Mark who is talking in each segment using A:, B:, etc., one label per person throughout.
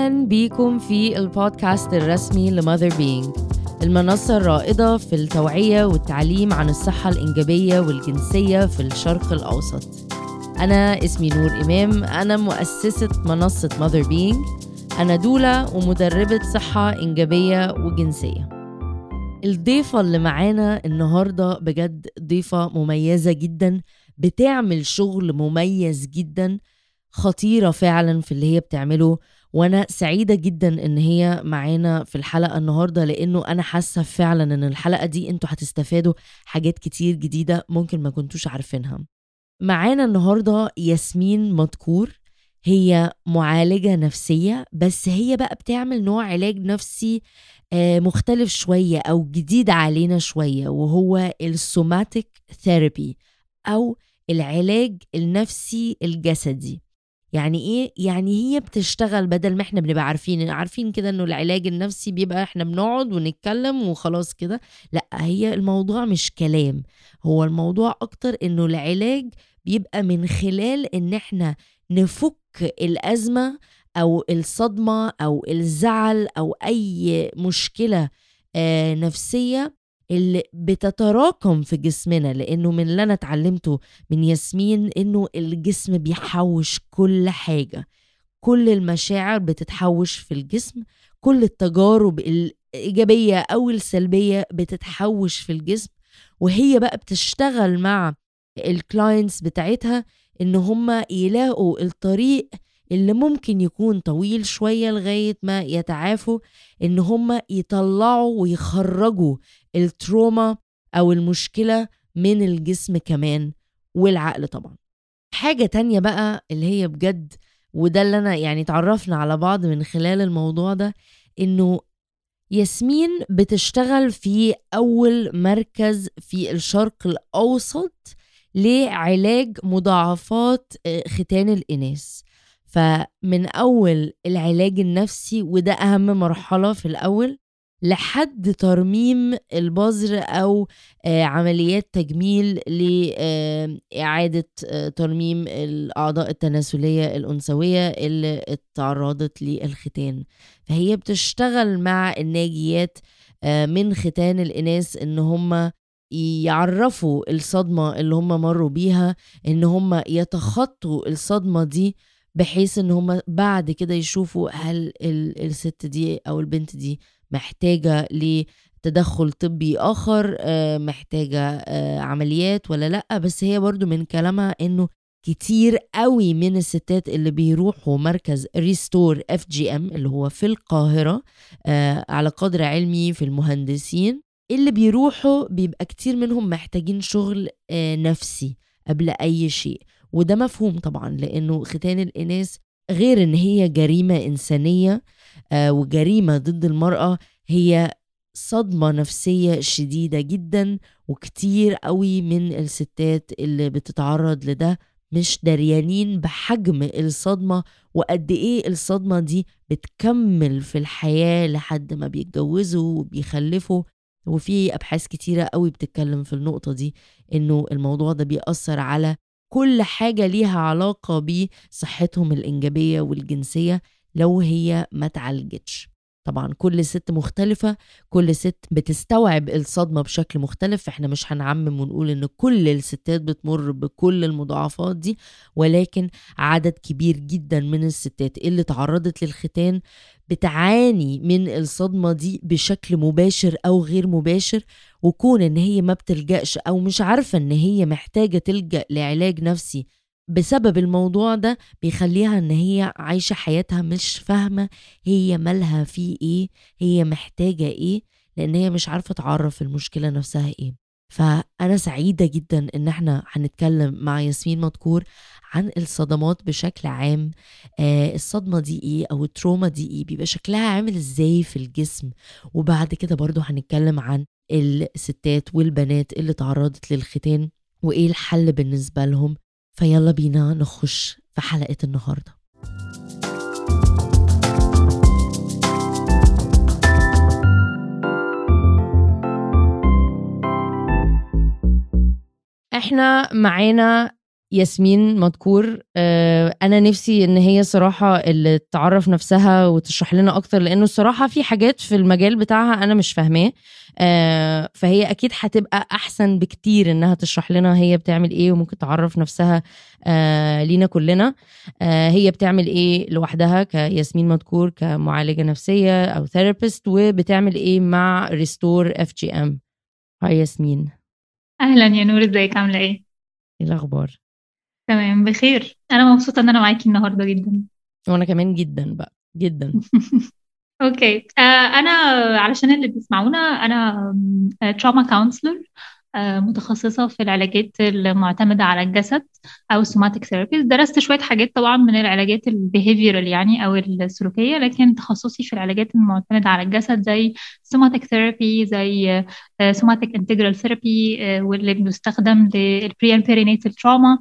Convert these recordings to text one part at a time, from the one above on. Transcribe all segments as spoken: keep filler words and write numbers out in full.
A: أهلاً بيكم في البودكاست الرسمي لماذر بينج، المنصة الرائدة في التوعية والتعليم عن الصحة الإنجابية والجنسية في الشرق الأوسط. أنا اسمي نور إمام، أنا مؤسسة منصة ماذر بينج. أنا دولة ومدربة صحة إنجابية وجنسية. الضيفة اللي معانا النهاردة بجد ضيفة مميزة جدا، بتعمل شغل مميز جدا، خطيرة فعلا في اللي هي بتعمله. وانا سعيدة جدا ان هي معانا في الحلقة النهاردة، لانه انا حاسة فعلا ان الحلقة دي انتوا هتستفادوا حاجات كتير جديدة ممكن ما كنتوش عارفينها. معانا النهاردة ياسمين مدكور، هي معالجة نفسية، بس هي بقى بتعمل نوع علاج نفسي مختلف شوية أو جديد علينا شوية، وهو السوماتيك ثيرابي أو العلاج النفسي الجسدي. يعني إيه؟ يعني هي بتشتغل بدل ما إحنا بنبقى عارفين عارفين كده إنه العلاج النفسي بيبقى إحنا بنقعد ونتكلم وخلاص كده. لأ، هي الموضوع مش كلام، هو الموضوع أكتر إنه العلاج بيبقى من خلال إن إحنا نفك الأزمة أو الصدمة أو الزعل أو أي مشكلة آه نفسية اللي بتتراكم في جسمنا. لأنه من اللي أنا اتعلمته من ياسمين إنه الجسم بيحوش كل حاجة، كل المشاعر بتتحوش في الجسم، كل التجارب الإيجابية أو السلبية بتتحوش في الجسم. وهي بقى بتشتغل مع الكلاينتس بتاعتها إن هم يلاقوا الطريق اللي ممكن يكون طويل شوية لغاية ما يتعافوا، إن هم يطلعوا ويخرجوا التروما أو المشكلة من الجسم كمان والعقل طبعا. حاجة تانية بقى اللي هي بجد، وده اللي أنا يعني تعرفنا على بعض من خلال الموضوع ده، إنه ياسمين بتشتغل في أول مركز في الشرق الأوسط لعلاج مضاعفات ختان الإناث. فمن أول العلاج النفسي، وده أهم مرحلة في الأول، لحد ترميم البذر أو عمليات تجميل لإعادة ترميم الأعضاء التناسلية الأنثوية اللي اتعرضت للختان. فهي بتشتغل مع الناجيات من ختان الإناث إن هم يعرفوا الصدمة اللي هم مروا بيها، إن هم يتخطوا الصدمة دي، بحيث إن هم بعد كده يشوفوا هل الست دي أو البنت دي محتاجة لتدخل طبي آخر، محتاجة عمليات ولا لأ. بس هي برضو من كلامها إنه كتير قوي من الستات اللي بيروحوا مركز ريستور اف جي ام اللي هو في القاهرة على قدر علمي في المهندسين، اللي بيروحوا بيبقى كتير منهم محتاجين شغل نفسي قبل أي شيء. وده مفهوم طبعا، لأنه ختان الإناث غير إن هي جريمة إنسانية آه وجريمة ضد المرأة، هي صدمة نفسية شديدة جدا. وكتير قوي من الستات اللي بتتعرض لده مش دريانين بحجم الصدمة، وقد إيه الصدمة دي بتكمل في الحياة لحد ما بيتجوزوا وبيخلفوا. وفي أبحاث كتيرة قوي بتتكلم في النقطة دي، إنه الموضوع ده بيأثر على كل حاجة ليها علاقة بصحتهم الإنجابية والجنسية لو هي ما تعالجتش. طبعا كل ست مختلفة، كل ست بتستوعب الصدمة بشكل مختلف. احنا مش هنعمم ونقول ان كل الستات بتمر بكل المضاعفات دي، ولكن عدد كبير جدا من الستات اللي تعرضت للختان بتعاني من الصدمة دي بشكل مباشر أو غير مباشر. وكون ان هي ما بتلجأش أو مش عارفة ان هي محتاجة تلجأ لعلاج نفسي بسبب الموضوع ده، بيخليها ان هي عايشة حياتها مش فاهمة هي مالها في ايه، هي محتاجة ايه، لان هي مش عارفة تعرف المشكلة نفسها ايه. فأنا سعيدة جدا ان احنا هنتكلم مع ياسمين مدكور عن الصدمات بشكل عام. آه الصدمة دي ايه او التروما دي ايه، بيبقى شكلها عامل ازاي في الجسم. وبعد كده برضو هنتكلم عن الستات والبنات اللي تعرضت للختان وايه الحل بالنسبة لهم. فيلا بينا نخش في حلقة النهاردة. احنا معانا ياسمين مدكور. آه، انا نفسي ان هي صراحة اللي تعرف نفسها وتشرح لنا اكتر، لانه الصراحة في حاجات في المجال بتاعها انا مش فاهماه. آه، فهي اكيد هتبقى احسن بكتير انها تشرح لنا هي بتعمل ايه، وممكن تعرف نفسها آه، لينا كلنا. آه، هي بتعمل ايه لوحدها كياسمين مدكور كمعالجة نفسية او ثيرابيست، وبتعمل ايه مع ريستور اف جي ام. هاي ياسمين.
B: اهلا يا نور، ازيك؟ عامله ايه؟
A: ايه الاخبار؟
B: تمام بخير. انا مبسوطه ان انا معاكي النهارده جدا.
A: وانا كمان جدا بقى جدا.
B: اوكي. آه انا علشان اللي بيسمعونا، انا تراما كونسلر متخصصه في العلاجات المعتمده على الجسد او سوماتيك ثيرابي. درست شويه حاجات طبعا من العلاجات البيهيفيرال يعني او السلوكيه، لكن تخصصي في العلاجات المعتمده على الجسد زي سوماتيك ثيرابي، زي سوماتيك انتجرال ثيرابي، واللي بيستخدم للبري اند بيرينيتال تراما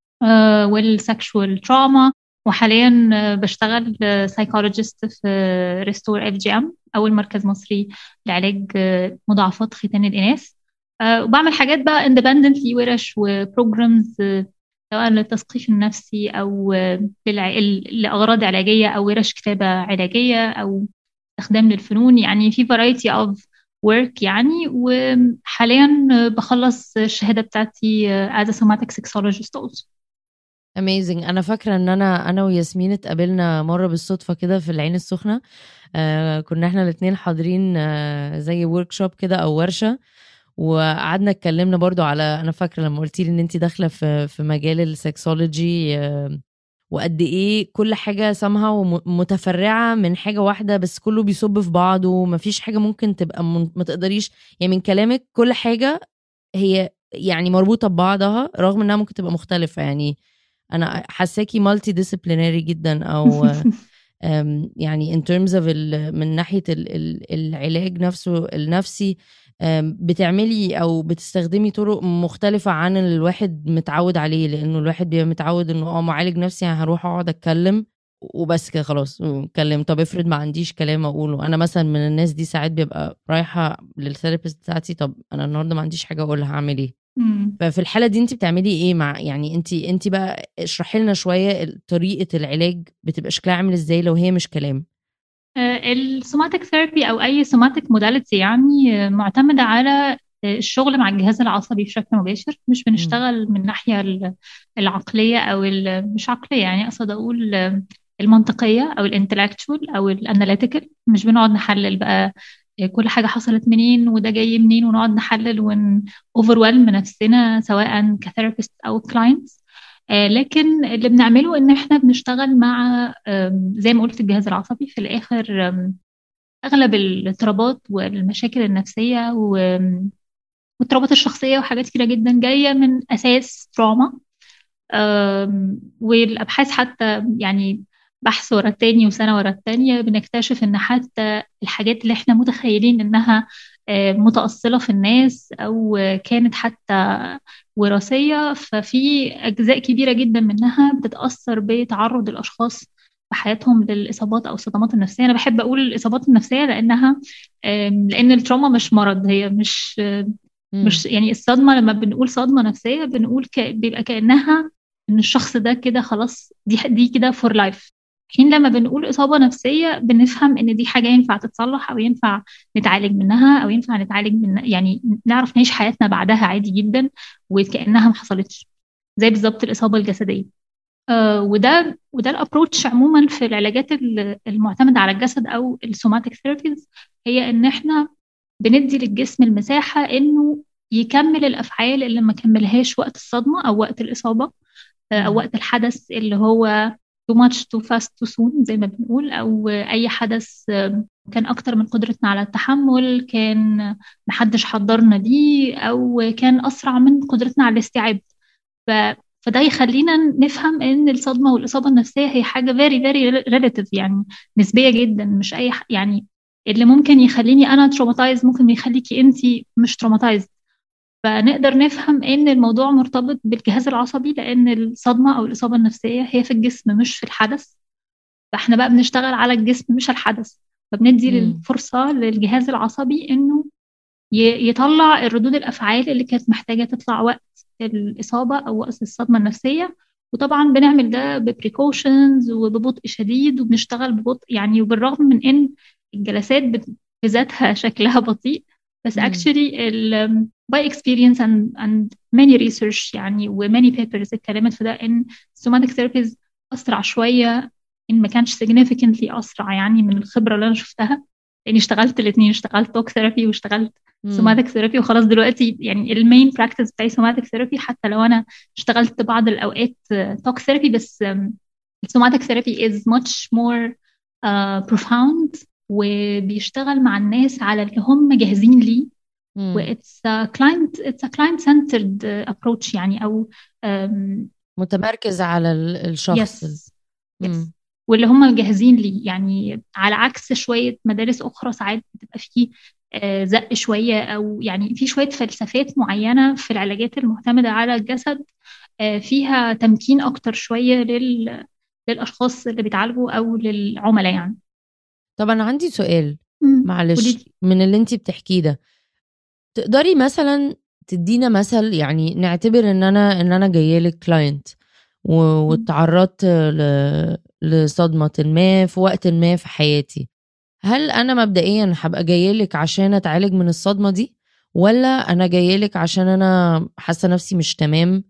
B: والسكشوال تراما. وحاليا آه، بشتغل سايكولوجيست في ريستور اف جي ام، اول مركز مصري لعلاج آه، مضاعفات ختان الاناث. آه، وبعمل حاجات بقى اندبندنتلي، ورش وبروجرامز سواء للتثقيف النفسي او آه، للع- لاغراض علاجيه، او ورش كتابه علاجيه، او استخدام للفنون. يعني في variety of work يعني. وحاليا آه، بخلص الشهاده بتاعتي آه، as a somatic sexologist also.
A: اميزنج. انا فاكره ان انا انا وياسمين اتقابلنا مره بالصدفه كده في العين السخنه. آه كنا احنا الاتنين حاضرين آه زي ورك شوب كده او ورشه، وقعدنا اتكلمنا برضو على، انا فاكره لما قلتي لي ان انت داخله في في مجال السكسولوجي، آه وقد ايه كل حاجه سامها ومتفرعه من حاجه واحده، بس كله بيصب في بعضه ومفيش حاجه ممكن تبقى من- ما تقدريش يعني من كلامك كل حاجه هي يعني مربوطه ببعضها، رغم انها ممكن تبقى مختلفه. يعني انا حاساكي مالتي ديسيبليناري جدا، او أم، يعني in terms of ال- من ناحية ال- ال- العلاج نفسه النفسي. أم، بتعملي او بتستخدمي طرق مختلفة عن الواحد متعود عليه، لانه الواحد بيبقى متعود انه اه معالج نفسي يعني هروح اقعد اتكلم وبس كده خلاص اتكلم. طب افرض ما عنديش كلام اقوله، انا مثلا من الناس دي ساعات بيبقى رايحة للثيرابيست بتاعتي، طب انا النهارده ما عنديش حاجة اقولها، هعمل ايه؟
B: مم.
A: ففي الحالة دي انت بتعملي ايه مع، يعني انت انت بقى اشرحي لنا شوية طريقة العلاج بتبقى شكلها عامل ازاي لو هي مش كلام.
B: السوماتيك ثيرابي او اي سوماتيك موداليتي يعني آه، معتمده على آه، الشغل مع الجهاز العصبي بشكل مباشر. مش
A: مم.
B: بنشتغل من الناحيه ال- العقليه او ال- مش عقليه، يعني اقصد اقول آه، المنطقيه او الانتلكتشوال او الاناليتيكال. مش بنقعد نحلل بقى آه، كل حاجه حصلت منين وده جاي منين، ونقعد نحلل ون overwhelm نفسنا سواء كثيرابيست او كلاينتس. آه، لكن اللي بنعمله ان احنا بنشتغل مع آم، زي ما قلت الجهاز العصبي في الاخر. آم، اغلب الاضطرابات والمشاكل النفسيه و- واضطرابات الشخصيه وحاجات كتيره جدا جايه من اساس تراما. آم، والابحاث حتى يعني بحث ورا التاني وسنه ورا التانيه بنكتشف ان حتى الحاجات اللي احنا متخيلين انها آه، متأصلة في الناس او كانت حتى وراثية، ففي اجزاء كبيرة جدا منها بتتأثر بتعرض الاشخاص في حياتهم للإصابات أو الصدمات النفسية. أنا بحب أقول الإصابات النفسية لأنها آم، لأن التروما مش مرض، هي مش
A: مم.
B: مش يعني الصدمة. لما بنقول صدمة نفسية بنقول ك... بيبقى كأنها إن الشخص ده كده خلاص، دي دي كده فور لايف. حين لما بنقول إصابة نفسية بنفهم إن دي حاجة ينفع تتصلح أو ينفع نتعالج منها، أو ينفع نتعالج من يعني نعرف نعيش حياتنا بعدها عادي جدا وكأنها ما حصلتش، زي بالظبط الإصابة الجسدية. آه وده وده الابروتش عموما في العلاجات ال- المعتمدة على الجسد أو السوماتيك ثيرابيز. هي إن إحنا بندي للجسم المساحة إنه يكمل الأفعال اللي ما كملهاش وقت الصدمة أو وقت الإصابة، آه، أو
A: مم.
B: وقت الحدث اللي هو too much too fast too soon زي ما بنقول، أو أي حدث آه، كان أكتر من قدرتنا على التحمل، كان محدش حضرنا ليه، أو كان أسرع من قدرتنا على الاستيعاب. ف... فده يخلينا نفهم ان الصدمه والاصابه النفسيه هي حاجه very very relative، يعني نسبيه جدا. مش اي ح... يعني اللي ممكن يخليني انا تروماتايز ممكن يخليكي انت مش تروماتايز. فنقدر نفهم ان الموضوع مرتبط بالجهاز العصبي، لان الصدمه او الاصابه النفسيه هي في الجسم مش في الحدث. فاحنا بقى بنشتغل على الجسم مش الحدث. فبندي
A: مم.
B: الفرصه للجهاز العصبي انه يطلع الردود الأفعال اللي كانت محتاجة تطلع وقت الإصابة أو وقت الصدمة النفسية. وطبعا بنعمل ده ببريكوشنز وببطء شديد، وبنشتغل ببطء يعني. وبالرغم من إن الجلسات بذاتها شكلها بطيء، بس
A: مم.
B: actually ال by experience and, and many research يعني و many papers اتكلمت في ده إن somatic therapies أسرع شوية، إن ما كانش significantly أسرع يعني من الخبرة اللي أنا شفتها، لاني اشتغلت الاثنين، اشتغلت توك ثيرابي واشتغلت
A: مم.
B: سوماتيك ثيرابي. وخلاص دلوقتي يعني المين براكتس بتاعي سوماتيك ثيرابي، حتى لو انا اشتغلت بعض الاوقات توك ثيرابي. بس السوماتيك ثيرابي is much more uh, profound، وبيشتغل مع الناس على اللي هم جاهزين ليه. و
A: مم.
B: it's a client it's a client centered approach يعني، او um,
A: متمركز على ال- الشخص ال-
B: yes yes
A: مم.
B: واللي هم جاهزين ليه يعني. على عكس شوية مدارس أخرى ساعات بتبقى فيه آه، زق شوية، أو يعني في شوية فلسفات معينة في العلاجات المعتمدة على الجسد، آه، فيها تمكين أكتر شوية لل... للأشخاص اللي بيتعالجوا أو للعملاء يعني.
A: طبعا عندي سؤال،
B: مم.
A: معلش،
B: ودي
A: من اللي انتي بتحكيه ده تقدري مثلا تدينا مثل؟ يعني نعتبر ان انا ان انا جايلك كلاينت واتعرضت ل... لصدمة ما في وقت ما في حياتي، هل انا مبدئيا هبقى جايلك عشان اتعالج من الصدمة دي، ولا انا جايلك عشان انا حاسة نفسي مش تمام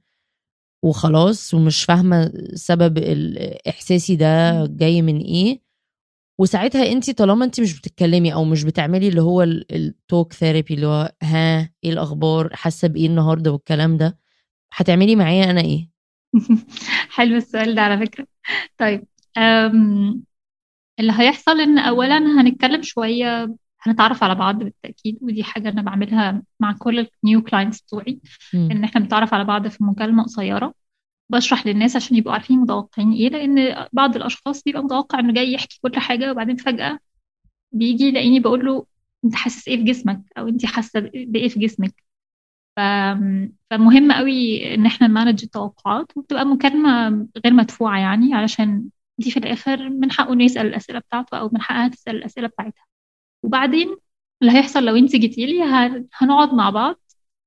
A: وخلاص ومش فاهمة سبب ال- احساسي ده جاي من ايه؟ وساعتها انت طالما انت مش بتتكلمي او مش بتعملي اللي هو التوك ثيرابي اللي هو ها ايه الاخبار، حاسه بايه النهارده والكلام ده، هتعملي معايا انا ايه؟
B: حلو السؤال ده على فكرة. طيب، أم... اللي هيحصل إن أولا هنتكلم شوية، هنتعرف على بعض بالتأكيد، ودي حاجة أنا بعملها مع كل النيو كلاينتس بتوعي،
A: مم.
B: إن إحنا بنتعرف على بعض في مكالمة قصيرة. بشرح للناس عشان يبقوا عارفين متوقعين إيه، لأن بعض الأشخاص بيبقى متوقع إنه جاي يحكي كل حاجة، وبعدين فجأة بيجي يلاقيني بقول له أنت حاسس إيه في جسمك، أو أنت حاسة بإيه في جسمك. ف... فمهم قوي إن إحنا نمانج التوقعات، وبتبقى مكالمة غير مدفوعة يعني، علشان دي في الآخر من حقه إنه يسأل الأسئلة بتاعته، أو من حقها تسأل الأسئلة بتاعتها. وبعدين اللي هيحصل لو انت جيتي لي، هنقعد مع بعض،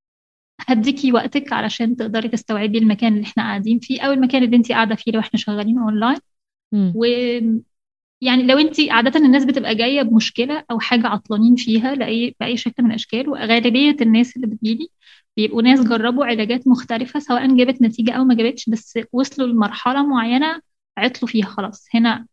B: هديكي وقتك علشان تقدري تستوعبي المكان اللي احنا قاعدين فيه، او المكان اللي انت قاعده فيه لو احنا شغالين اونلاين.
A: مم.
B: ويعني لو انت عاده، الناس بتبقى جايه بمشكله او حاجه عطلانين فيها لاي باي شكل من الاشكال، وغالبيه الناس اللي بتجيلي بيبقوا ناس جربوا علاجات مختلفه، سواء جابت نتيجه او ما جابتش، بس وصلوا لمرحله معينه عطلوا فيها خلاص. هنا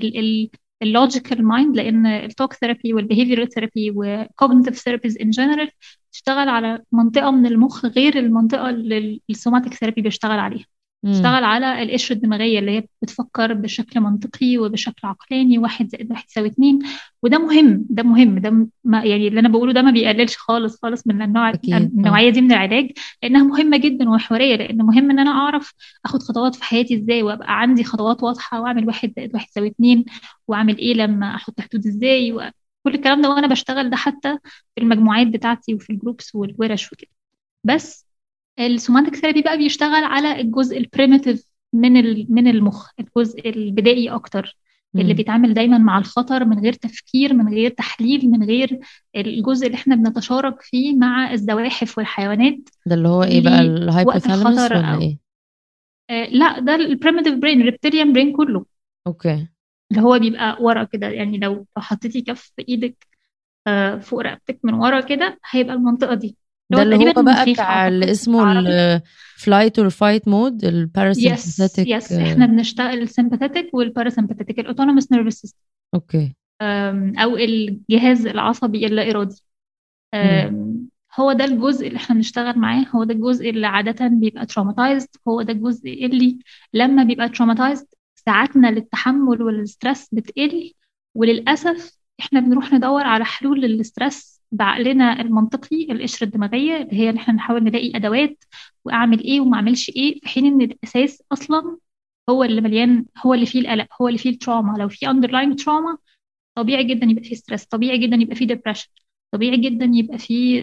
B: اللوجيكال مايند، لان التوك ثيرابي والبيهيفيرال ثيرابي والكوجنيتيف ثيرابيز ان جنرال تشتغل على منطقه من المخ غير المنطقه اللي السوماتيك ثيرابي بيشتغل عليها.
A: مم.
B: تشتغل على القشرة الدماغية اللي هي بتفكر بشكل منطقي وبشكل عقلاني، واحد زائد واحد يساوي اتنين. وده مهم، ده مهم، ده م- ما يعني اللي أنا بقوله ده ما بيقللش خالص خالص من النوع
A: اكيد اه.
B: النوعية دي من العلاج، لأنها مهمة جدا ومحورية. لأن مهم إن أنا أعرف أخد خطوات في حياتي إزاي، وأبقى عندي خطوات واضحة، وأعمل واحد زائد واحد يساوي اتنين، وأعمل إيه لما أحط حدود إزاي، وكل الكلام ده. وأنا بشتغل ده حتى في المجموعات بتاعتي وفي الجروبس والورش وكده. بس السوماتيك ثيرابي بقى بيشتغل على الجزء البريميتيف من ال- من المخ، الجزء البدائي اكتر، اللي
A: مم.
B: بيتعامل دايما مع الخطر من غير تفكير، من غير تحليل، من غير الجزء اللي احنا بنتشارك فيه مع الزواحف والحيوانات
A: ده اللي هو ايه بقى،
B: اللي وقت
A: الهايبوثالاموس
B: الخطر
A: ولا
B: او
A: ايه؟
B: آه لا، ده البريميتيف برين، الريبتيليان برين كله،
A: اوكي.
B: اللي هو بيبقى ورا كده يعني. لو لو حطيتي كف ايدك آه فوق رقبتك من ورا كده، هيبقى المنطقة دي، اللي
A: ده
B: هو
A: اللي هو
B: تقريبا
A: بقى
B: المخيخ
A: بتاع اللي
B: اعتقد
A: اسمه
B: بالعربي.
A: الفلايت اور فايت مود،
B: يس
A: الباراسمباثيك.
B: يس احنا بنشتغل السمباثيتك والباراسمباثيك، الاوتونوموس نيرفس سيستم،
A: اوكي.
B: او الجهاز العصبي اللا ارادي.
A: مم.
B: أم، هو ده الجزء اللي احنا بنشتغل معاه، هو ده الجزء اللي عادة بيبقى traumatized، هو ده الجزء اللي لما بيبقى traumatized ساعاتنا للتحمل والسترس بتقل. وللأسف احنا بنروح ندور على حلول للسترس بعقلنا المنطقي، القشرة الدماغية، اللي هي ان احنا نحاول نلاقي أدوات وأعمل ايه وما أعملش ايه، في حين ان الأساس أصلا هو اللي مليان، هو اللي فيه القلق، هو اللي فيه التراما. لو في underlying trauma، طبيعي جدا يبقى فيه ستريس، طبيعي جدا يبقى فيه ديبرشن، طبيعي جدا يبقى فيه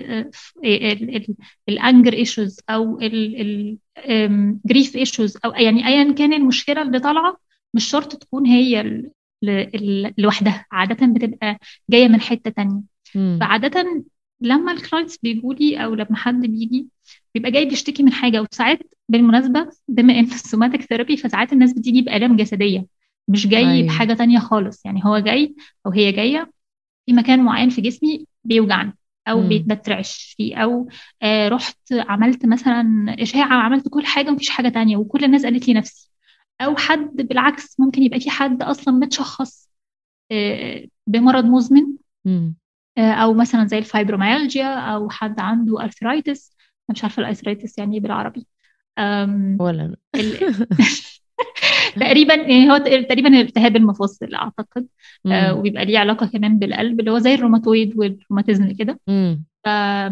B: الانجر ايشوز، او الجريف ايشوز، او يعني ايا كان المشكله اللي طالعه. مش شرط تكون هي ال- ال- ال- لوحدها، عاده بتبقى جايه من حته تانية.
A: مم.
B: فعاده لما الكلاينتس بيجوا لي او لما حد بيجي بيبقى جاي بيشتكي من حاجه، وساعات بالمناسبه بما ان السوماتيك ثيرابي فساعات الناس بتيجي بآلام جسديه، مش جاي
A: ايوه.
B: بحاجه تانية خالص. يعني هو جاي او هي جايه في مكان معين في جسمي بيوجعني او
A: امم.
B: بيتبترعش فيه، او آه رحت عملت مثلا اشعه وعملت كل حاجه ومفيش حاجه تانية وكل الناس قالت لي نفسي. او حد بالعكس ممكن يبقى في حد اصلا متشخص آه بمرض مزمن،
A: امم.
B: آه او مثلا زي الفايبروميالجيا، او حد عنده ارثرايتس. انا مش عارفه الارثرايتس يعني ايه بالعربي. أم،
A: ولا أنا.
B: ال... تقريبا يعني هو تقريبا التهاب المفاصل اعتقد. آه
A: امم.
B: وبيبقى ليه علاقه كمان بالقلب، اللي هو زي الروماتويد والروماتيزم كده.
A: امم.
B: ف-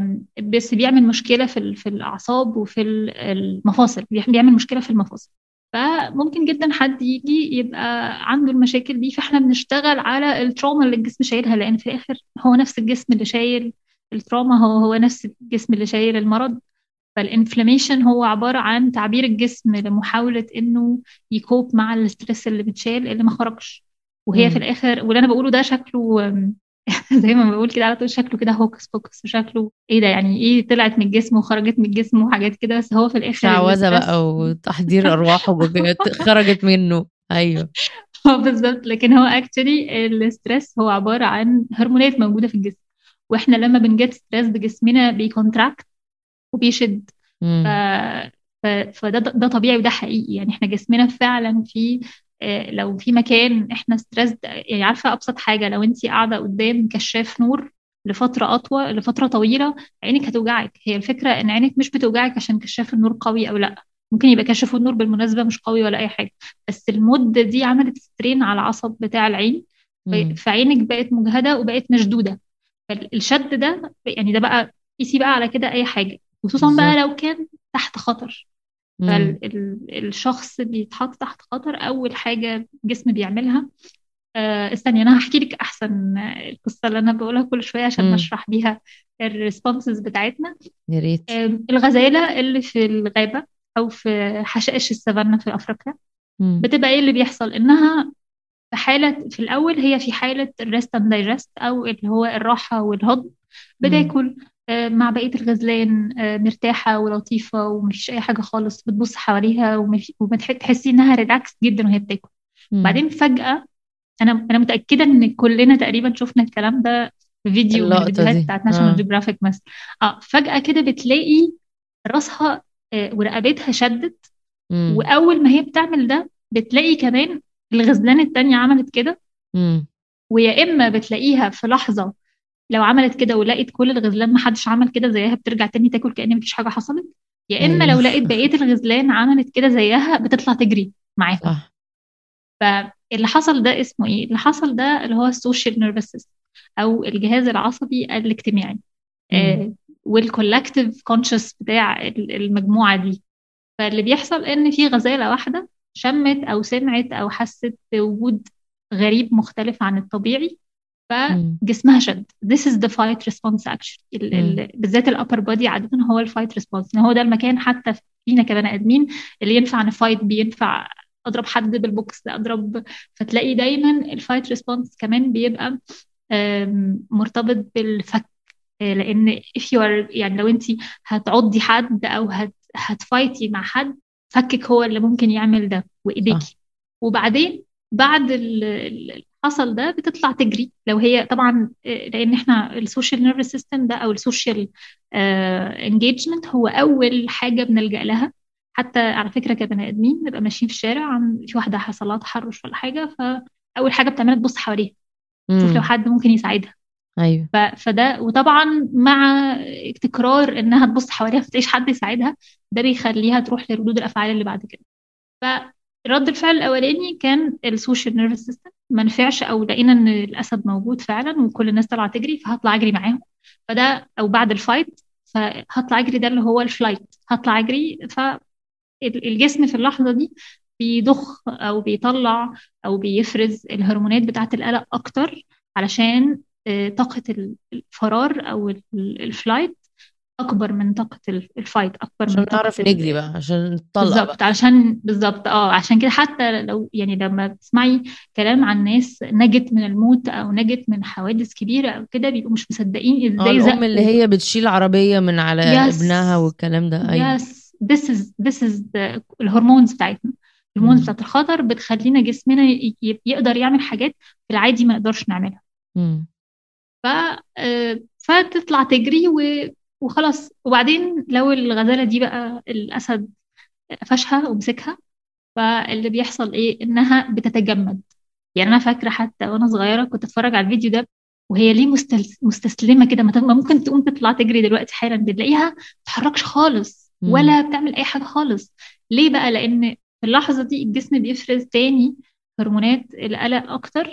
B: بس بيعمل مشكله في ال- في الاعصاب وفي ال- المفاصل، بيح- بيعمل مشكله في المفاصل. فممكن جدا حد يجي يبقى عنده المشاكل دي، فاحنا بنشتغل على التروما اللي الجسم شايلها، لان في الاخر هو نفس الجسم اللي شايل التروما، هو هو نفس الجسم اللي شايل المرض. فالانفلاميشن هو عبارة عن تعبير الجسم لمحاولة انه يكوب مع الاسترس اللي بتشال اللي ما خرجش. وهي في
A: امم.
B: الاخر واللي انا بقوله ده شكله أم، زي ما بقول كده على طول شكله كده هوكس بوكس، شكله ايه ده يعني ايه طلعت من الجسم وخرجت من الجسم وحاجات كده، بس هو في الاخر
A: شعوذة بقى
B: الاسترس.
A: وتحضير ارواح وجت- خرجت منه. ايوه.
B: هو بالظبط، لكن هو اكشلي الاسترس هو عبارة عن هرمونات موجودة في الجسم، واحنا لما بنجت ستريس بجسمنا بيكونتراكت وبيشد. ف...
A: امم.
B: ف... فده ده طبيعي وده حقيقي. يعني احنا جسمنا فعلا في آه، لو في مكان احنا ستريس، يعني عارفة أبسط حاجة، لو انت قاعدة قدام كشاف نور لفترة أطول لفترة طويلة عينك هتوجعك. هي الفكرة إن عينك مش بتوجعك عشان كشاف النور قوي أو لأ، ممكن يبقى كشاف النور بالمناسبة مش قوي ولا أي حاجة، بس المدة دي عملت سترين على العصب بتاع العين، ف-
A: امم.
B: فعينك بقت مجهدة وبقت مشدودة. فالشد ده يعني ده بقى قيسي بقى على كده أي حاجة، خصوصا
A: بالظبط.
B: بقى لو كان تحت خطر.
A: امم.
B: فالشخص بيتحط تحت خطر، أول حاجة الجسم بيعملها آه استني أنا هحكي لك أحسن آه، القصة اللي أنا بقولها كل شوية عشان
A: امم.
B: نشرح بيها الريسبونسز بتاعتنا.
A: يا ريت.
B: آه الغزالة اللي في الغابة أو في حشائش السافانا في أفريقيا،
A: امم.
B: بتبقى إيه اللي بيحصل؟ إنها في حالة في الأول هي في حالة الريست اند دايجست أو اللي هو الراحة والهضم،
A: امم.
B: بتاكل آه، مع بقية الغزلان آه، مرتاحة ولطيفة ومفيش أي حاجة خالص، بتبص حواليها وبتحسي إنها ريلاكس جدا وهي بتاكل.
A: امم.
B: بعدين فجأة، أنا أنا متأكدة إن كلنا تقريبا شفنا الكلام ده في فيديو من
A: اللقطة
B: الفيديوهات
A: دي.
B: بتاعت ناشونال
A: اه.
B: جيوغرافيك مثلا. اه فجأة كده بتلاقي راسها آه، ورقبتها شدت،
A: امم.
B: وأول ما هي بتعمل ده بتلاقي كمان الغزلان التانية عملت كده.
A: امم.
B: ويا اما بتلاقيها في لحظه لو عملت كده ولقيت كل الغزلان ما حدش عمل كده زيها بترجع تاني تاكل كأن مفيش حاجه حصلت. يا اما
A: ايوه.
B: لو لقيت بقيه الغزلان عملت كده زيها بتطلع تجري معاهم.
A: صح.
B: فاللي حصل ده اسمه ايه؟ اللي حصل ده اللي هو السوشيال نيرفس سيستم او الجهاز العصبي الاجتماعي،
A: امم.
B: آه والكولكتيف كونشس بتاع ال- المجموعه دي. فاللي بيحصل ان في غزاله واحده شمت او سمعت او حست بوجود غريب مختلف عن الطبيعي،
A: امم.
B: فجسمها شد. This is the fight response action. ال
A: امم.
B: ال بالذات الابر بودي عادة هو الفايت ريسبونس، هو ده المكان حتى فينا كبني ادمين اللي ينفع نفايت بيه، ينفع اضرب حد بالبوكس اضرب. فتلاقي دايما الفايت ريسبونس كمان بيبقى آم، مرتبط بالفك. آه، لان if you are يعني لو انت هتعضي حد او هت هتفايتي مع حد، فكك هو اللي ممكن يعمل ده
A: صح.
B: وايديكي. وبعدين بعد ال- ال- اللي حصل ده بتطلع تجري لو هي طبعا آه، لان احنا السوشيال نيرفس سيستم ده او السوشيال انجيجمنت هو اول حاجه بنلجأ لها. حتى على فكره كبني ادمين نبقى ماشيين في الشارع عن في واحده حصل لها تحرش ولا حاجه، فاول حاجه بتعملها تبص حواليها تشوف لو
A: امم.
B: حد ممكن يساعدها.
A: ايوه.
B: ف- فده وطبعا مع تكرار انها تبص حواليها فتلاقيش حد يساعدها، ده بيخليها تروح لردود الافعال اللي بعد كده. فرد الفعل الاولاني كان السوشيال نيرفس سيستم ما نفعش، او لقينا ان الاسد موجود فعلا وكل الناس طالعه تجري فهطلع اجري معاهم. فده او بعد الفايت فهطلع اجري، ده اللي هو الفلايت، هطلع اجري. فالجسم في اللحظه دي بيضخ او بيطلع او بيفرز الهرمونات بتاعه القلق اكتر علشان آه، طاقه الفرار او الفلايت اكبر من طاقه ال- الفايت، اكبر
A: عشان
B: من طاقه
A: نعرف نجري
B: ال...
A: بقى، عشان نطلق بقى.
B: بالظبط، علشان بالظبط اه عشان كده حتى لو يعني لما بتسمعي كلام عن ناس نجت من الموت او نجت من حوادث كبيره او كده، بيبقوا مش مصدقين
A: اه،
B: ازاي
A: الام اللي
B: زقوا.
A: هي بتشيل عربية من على ابنها
B: يس
A: والكلام ده، ايوه.
B: يس this is this is the الهرمونز بتاعتنا. الهرمونز
A: مم.
B: بتاعت الخطر بتخلينا جسمنا ي- ي- يقدر يعمل حاجات في العادي ما نقدرش نعملها.
A: مم.
B: ف آه، فتطلع تجري و... وخلاص. وبعدين لو الغزالة دي بقى الأسد قفشها ومسكها، فاللي بيحصل ايه؟ انها بتتجمد. يعني انا فاكره حتى وانا صغيره كنت اتفرج على الفيديو ده، وهي ليه مستل... مستسلمه كده، ما ت- ما ممكن تقوم تطلع تجري دلوقتي حالا، بنلاقيها ما بتتحركش خالص
A: مم.
B: ولا بتعمل اي حاجه خالص. ليه بقى؟ لان في اللحظه دي الجسم بيفرز تاني هرمونات القلق اكتر،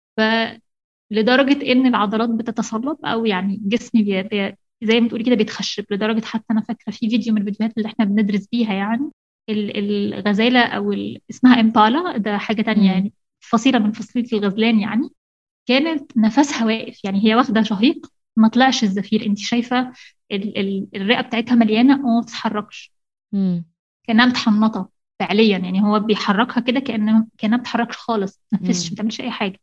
B: فلدرجه ان العضلات بتتصلب، او يعني الجسم بي... بي... زي ما تقولي كده بيتخشب. لدرجه حتى انا فاكره في فيديو من الفيديوهات اللي احنا بندرس بيها يعني، ال- الغزالة أو ال... اسمها إمبالا، ده حاجة تانية
A: مم.
B: يعني، فصيلة من فصيلة الغزلان يعني. كانت نفسها واقف، يعني هي واخدة شهيق ما طلعش الزفير. انت شايفة ال... ال... الرئة بتاعتها مليانة وما بتتحركش،
A: مم.
B: كأنها متحنطة فعليا. يعني هو بيحركها كده كأنها كأنها بتتحركش خالص، ما تنفسش، ما
A: مم.
B: بتعملش أي حاجة.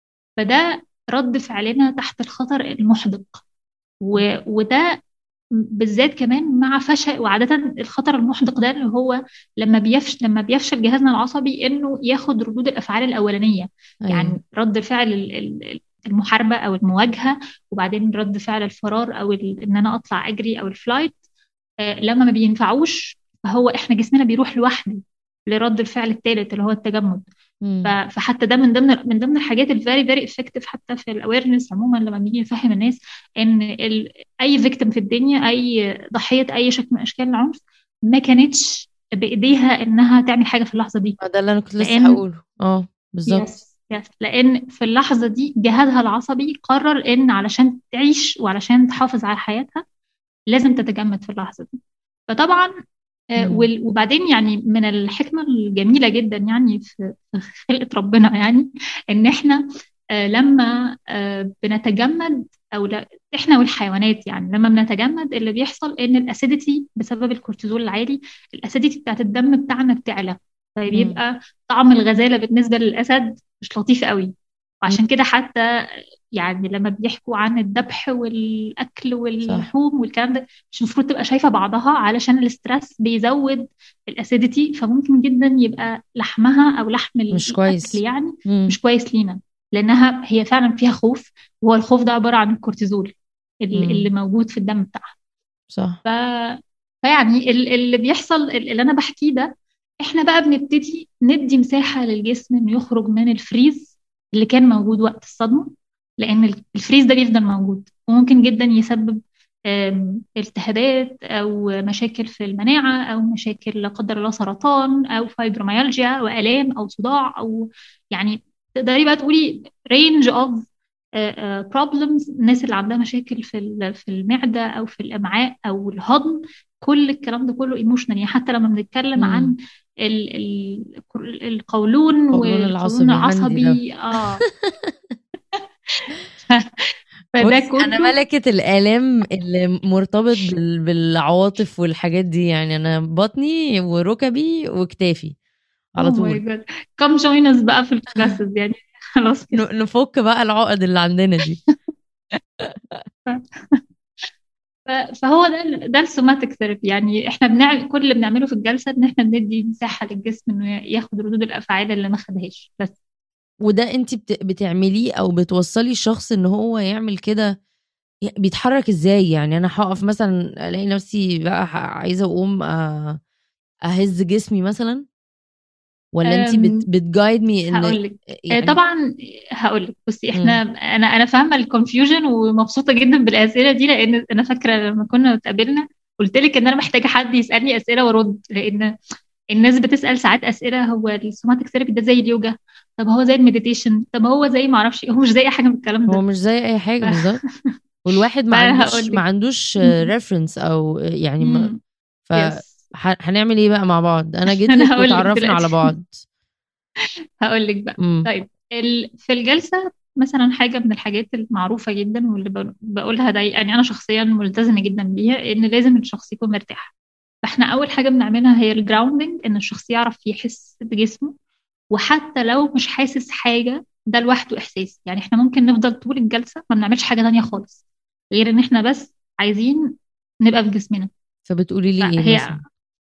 B: فده رد فعلنا تحت الخطر المحدق. و... وده بالذات كمان مع فشل. وعادة الخطر المحدق ده اللي هو لما بيفشل لما بيفشل جهازنا العصبي انه ياخد ردود الافعال الاولانيه.
A: ايوه.
B: يعني رد فعل ال- ال- المحاربه او المواجهه، وبعدين رد فعل الفرار او ال- ان انا اطلع اجري او الفلايت. آه، لما ما بينفعوش، فهو احنا جسمنا بيروح لوحده لرد الفعل الثالث اللي هو التجمد. ف-
A: مم.
B: فحتى ده من ضمن من ضمن الحاجات الفيري فيري افكتيف حتى في الاويرنس عموما، لما بنيجي نفهم الناس ان ال... اي فيكتيم في الدنيا، اي ضحيه اي شكل من اشكال العنف، ما كانتش بايديها انها تعمل حاجه في اللحظه دي.
A: ده اللي انا كنت لسه
B: لان
A: هقوله، اه بالظبط.
B: يس يس لان في اللحظه دي جهازها العصبي قرر ان علشان تعيش وعلشان تحافظ على حياتها لازم تتجمد في اللحظه دي. فطبعا آه،
A: مم.
B: وال- وبعدين يعني من الحكمة الجميلة جدا يعني في في خلقة ربنا يعني، إن إحنا آه، لما آه، بنتجمد أو لا، إحنا والحيوانات يعني لما بنتجمد اللي بيحصل إن الأسيديتي بسبب الكورتيزول العالي، الأسيديتي بتاعت الدم بتاعنا بتعلى،
A: مم.
B: فبيبقى طعم الغزالة بالنسبة للأسد مش لطيف قوي.
A: مم.
B: وعشان كده حتى يعني لما بيحكوا عن الذبح والأكل
A: صح.
B: واللحوم والكلام ده، مش المفروض تبقى شايفة بعضها، علشان الاسترس بيزود الاسيديتي، فممكن جدا يبقى لحمها او لحم
A: مش
B: الاكل
A: كويس.
B: يعني
A: مم.
B: مش كويس لينا، لانها هي فعلا فيها خوف. وهو الخوف ده عبارة عن الكورتيزول ال- اللي
A: مم.
B: موجود في الدم بتاعها.
A: صح.
B: ف... فيعني ال- اللي بيحصل اللي انا بحكيه ده، احنا بقى بنبتدي ندي مساحة للجسم انه يخرج من الفريز اللي كان موجود وقت الصدمة. لان ال- الفريز ده بيفضل موجود وممكن جدا يسبب آم، التهابات او مشاكل في المناعة، او مشاكل لا قدر الله سرطان او فايبروميالجيا والام او صداع، او يعني تقدري بقى تقولي رينج اوف بروبلمز. الناس اللي عندها مشاكل في ال- في المعدة او في الامعاء او الهضم، كل الكلام ده كله ايموشنال. يعني حتى لما بنتكلم عن
A: مم.
B: ال ال القولون
A: القولون
B: والقولون
A: العصبي عندي ده.
B: العصبي اه فده
A: بصي، انا
B: كله.
A: ملكة الآلام اللي مرتبط بال... بالعواطف والحاجات دي، يعني انا بطني وركبي وكتافي على
B: اوه ماي
A: طول.
B: جاد، كم جوين اس بقى في الكلاسز يعني خلاص كده.
A: ن- نفك بقى العقد اللي عندنا دي.
B: ف- فهو ده ال- ده السوماتيك ثيرابي. يعني احنا بنعمل كل اللي بنعمله في الجلسه ان احنا بندي مساحه للجسم انه ياخد ردود الافعال اللي ما خدهاش بس.
A: وده انت بت... بتعمليه او بتوصلي الشخص ان هو يعمل كده؟ ي- بيتحرك ازاي؟ يعني انا هقف مثلا الاقي نفسي بقى ح- عايزة اقوم أ- اهز جسمي مثلا، ولا انت بت... بتجايد مي ان
B: هقول لك
A: يعني؟
B: طبعا. هقول لك بصي، احنا
A: مم.
B: انا انا فاهمه الكونفيوجن ومبسوطه جدا بالاسئله دي، لان انا فاكره لما كنا اتقابلنا قلت لك ان انا محتاجه حد يسالني اسئله وارد. لان الناس بتسال ساعات اسئله، هو السوماتيك ثيرابي ده زي اليوجا؟ طب هو زي المديتيشن؟ طب هو زي ما اعرفش إيه؟ هو مش زي اي حاجه من الكلام
A: هو
B: ده.
A: مش زي اي
B: ف...
A: حاجة بالظبط. والواحد ما
B: فانا
A: عندوش
B: هقول
A: ما
B: لك.
A: عندوش ريفرنس او يعني ما. ف
B: يس
A: ح- هنعمل ايه بقى مع بعض؟ انا جيت
B: انا
A: لك
B: هقول لك
A: وتعرفنا على
B: دلوقتي
A: بعض.
B: هقول لك بقى.
A: امم.
B: طيب ال... في الجلسه مثلا حاجة من الحاجات المعروفة جدا واللي بق- بقولها ده، يعني أنا شخصيا ملتزمة جدا بيها، إن لازم الشخص يكون مرتاح. فإحنا أول حاجة بنعملها هي الجراوندنج، إن الشخص يعرف يحس بجسمه. وحتى لو مش حاسس حاجة، ده لوحده إحساس. يعني إحنا ممكن نفضل طول الجلسة ما بنعملش حاجة تانية خالص، غير إن إحنا بس عايزين نبقى في جسمنا.
A: فبتقولي لي ايه
B: فهي
A: مثلا؟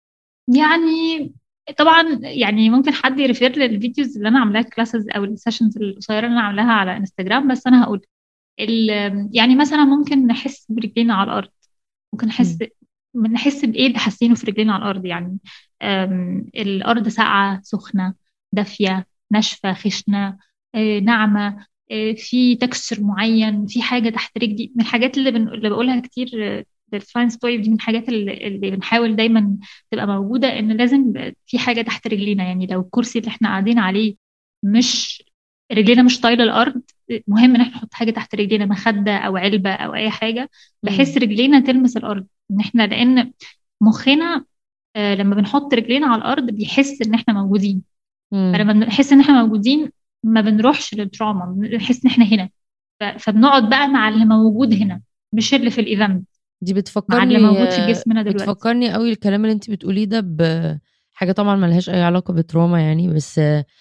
B: يعني طبعا يعني ممكن حد يريفير للفيديوز اللي انا عاملاها كلاسز او السيشنز القصيره اللي انا عاملاها على انستجرام، بس انا هقول ال- يعني مثلا ممكن نحس برجلينا على الارض. ممكن نحس
A: مم.
B: نحس بايه اللي حاسينه في رجلينا على الارض يعني. أم، الارض ساقعه، سخنه، دافيه، ناشفه، خشنه، آه، ناعمه، آه، في تكستشر معين، في حاجه تحت رجلي. من الحاجات اللي, بن... اللي بقولها كتير الفاين ستويف دي، من الحاجات اللي, اللي بنحاول دايما تبقى موجوده، ان لازم يبقى في حاجه تحت رجلينا. يعني لو الكرسي اللي احنا قاعدين عليه مش رجلينا مش طايله الارض، مهم ان احنا نحط حاجه تحت رجلينا، مخده او علبه او اي حاجه، بحيث
A: مم.
B: رجلينا تلمس الارض. ان احنا لان مخنا آه، لما بنحط رجلينا على الارض بيحس ان احنا موجودين.
A: مم.
B: فلما بنحس ان احنا موجودين ما بنروحش للتراما، بنحس ان احنا هنا. ف- فبنقعد بقى مع اللي موجود هنا، مش اللي في الايفنت،
A: دي
B: مع اللي
A: بتفكرني
B: موجود في جسمنا دلوقتي.
A: بتفكرني قوي الكلام اللي انت بتقوليه ده بحاجة طبعا ملهاش اي علاقة بتروما يعني، بس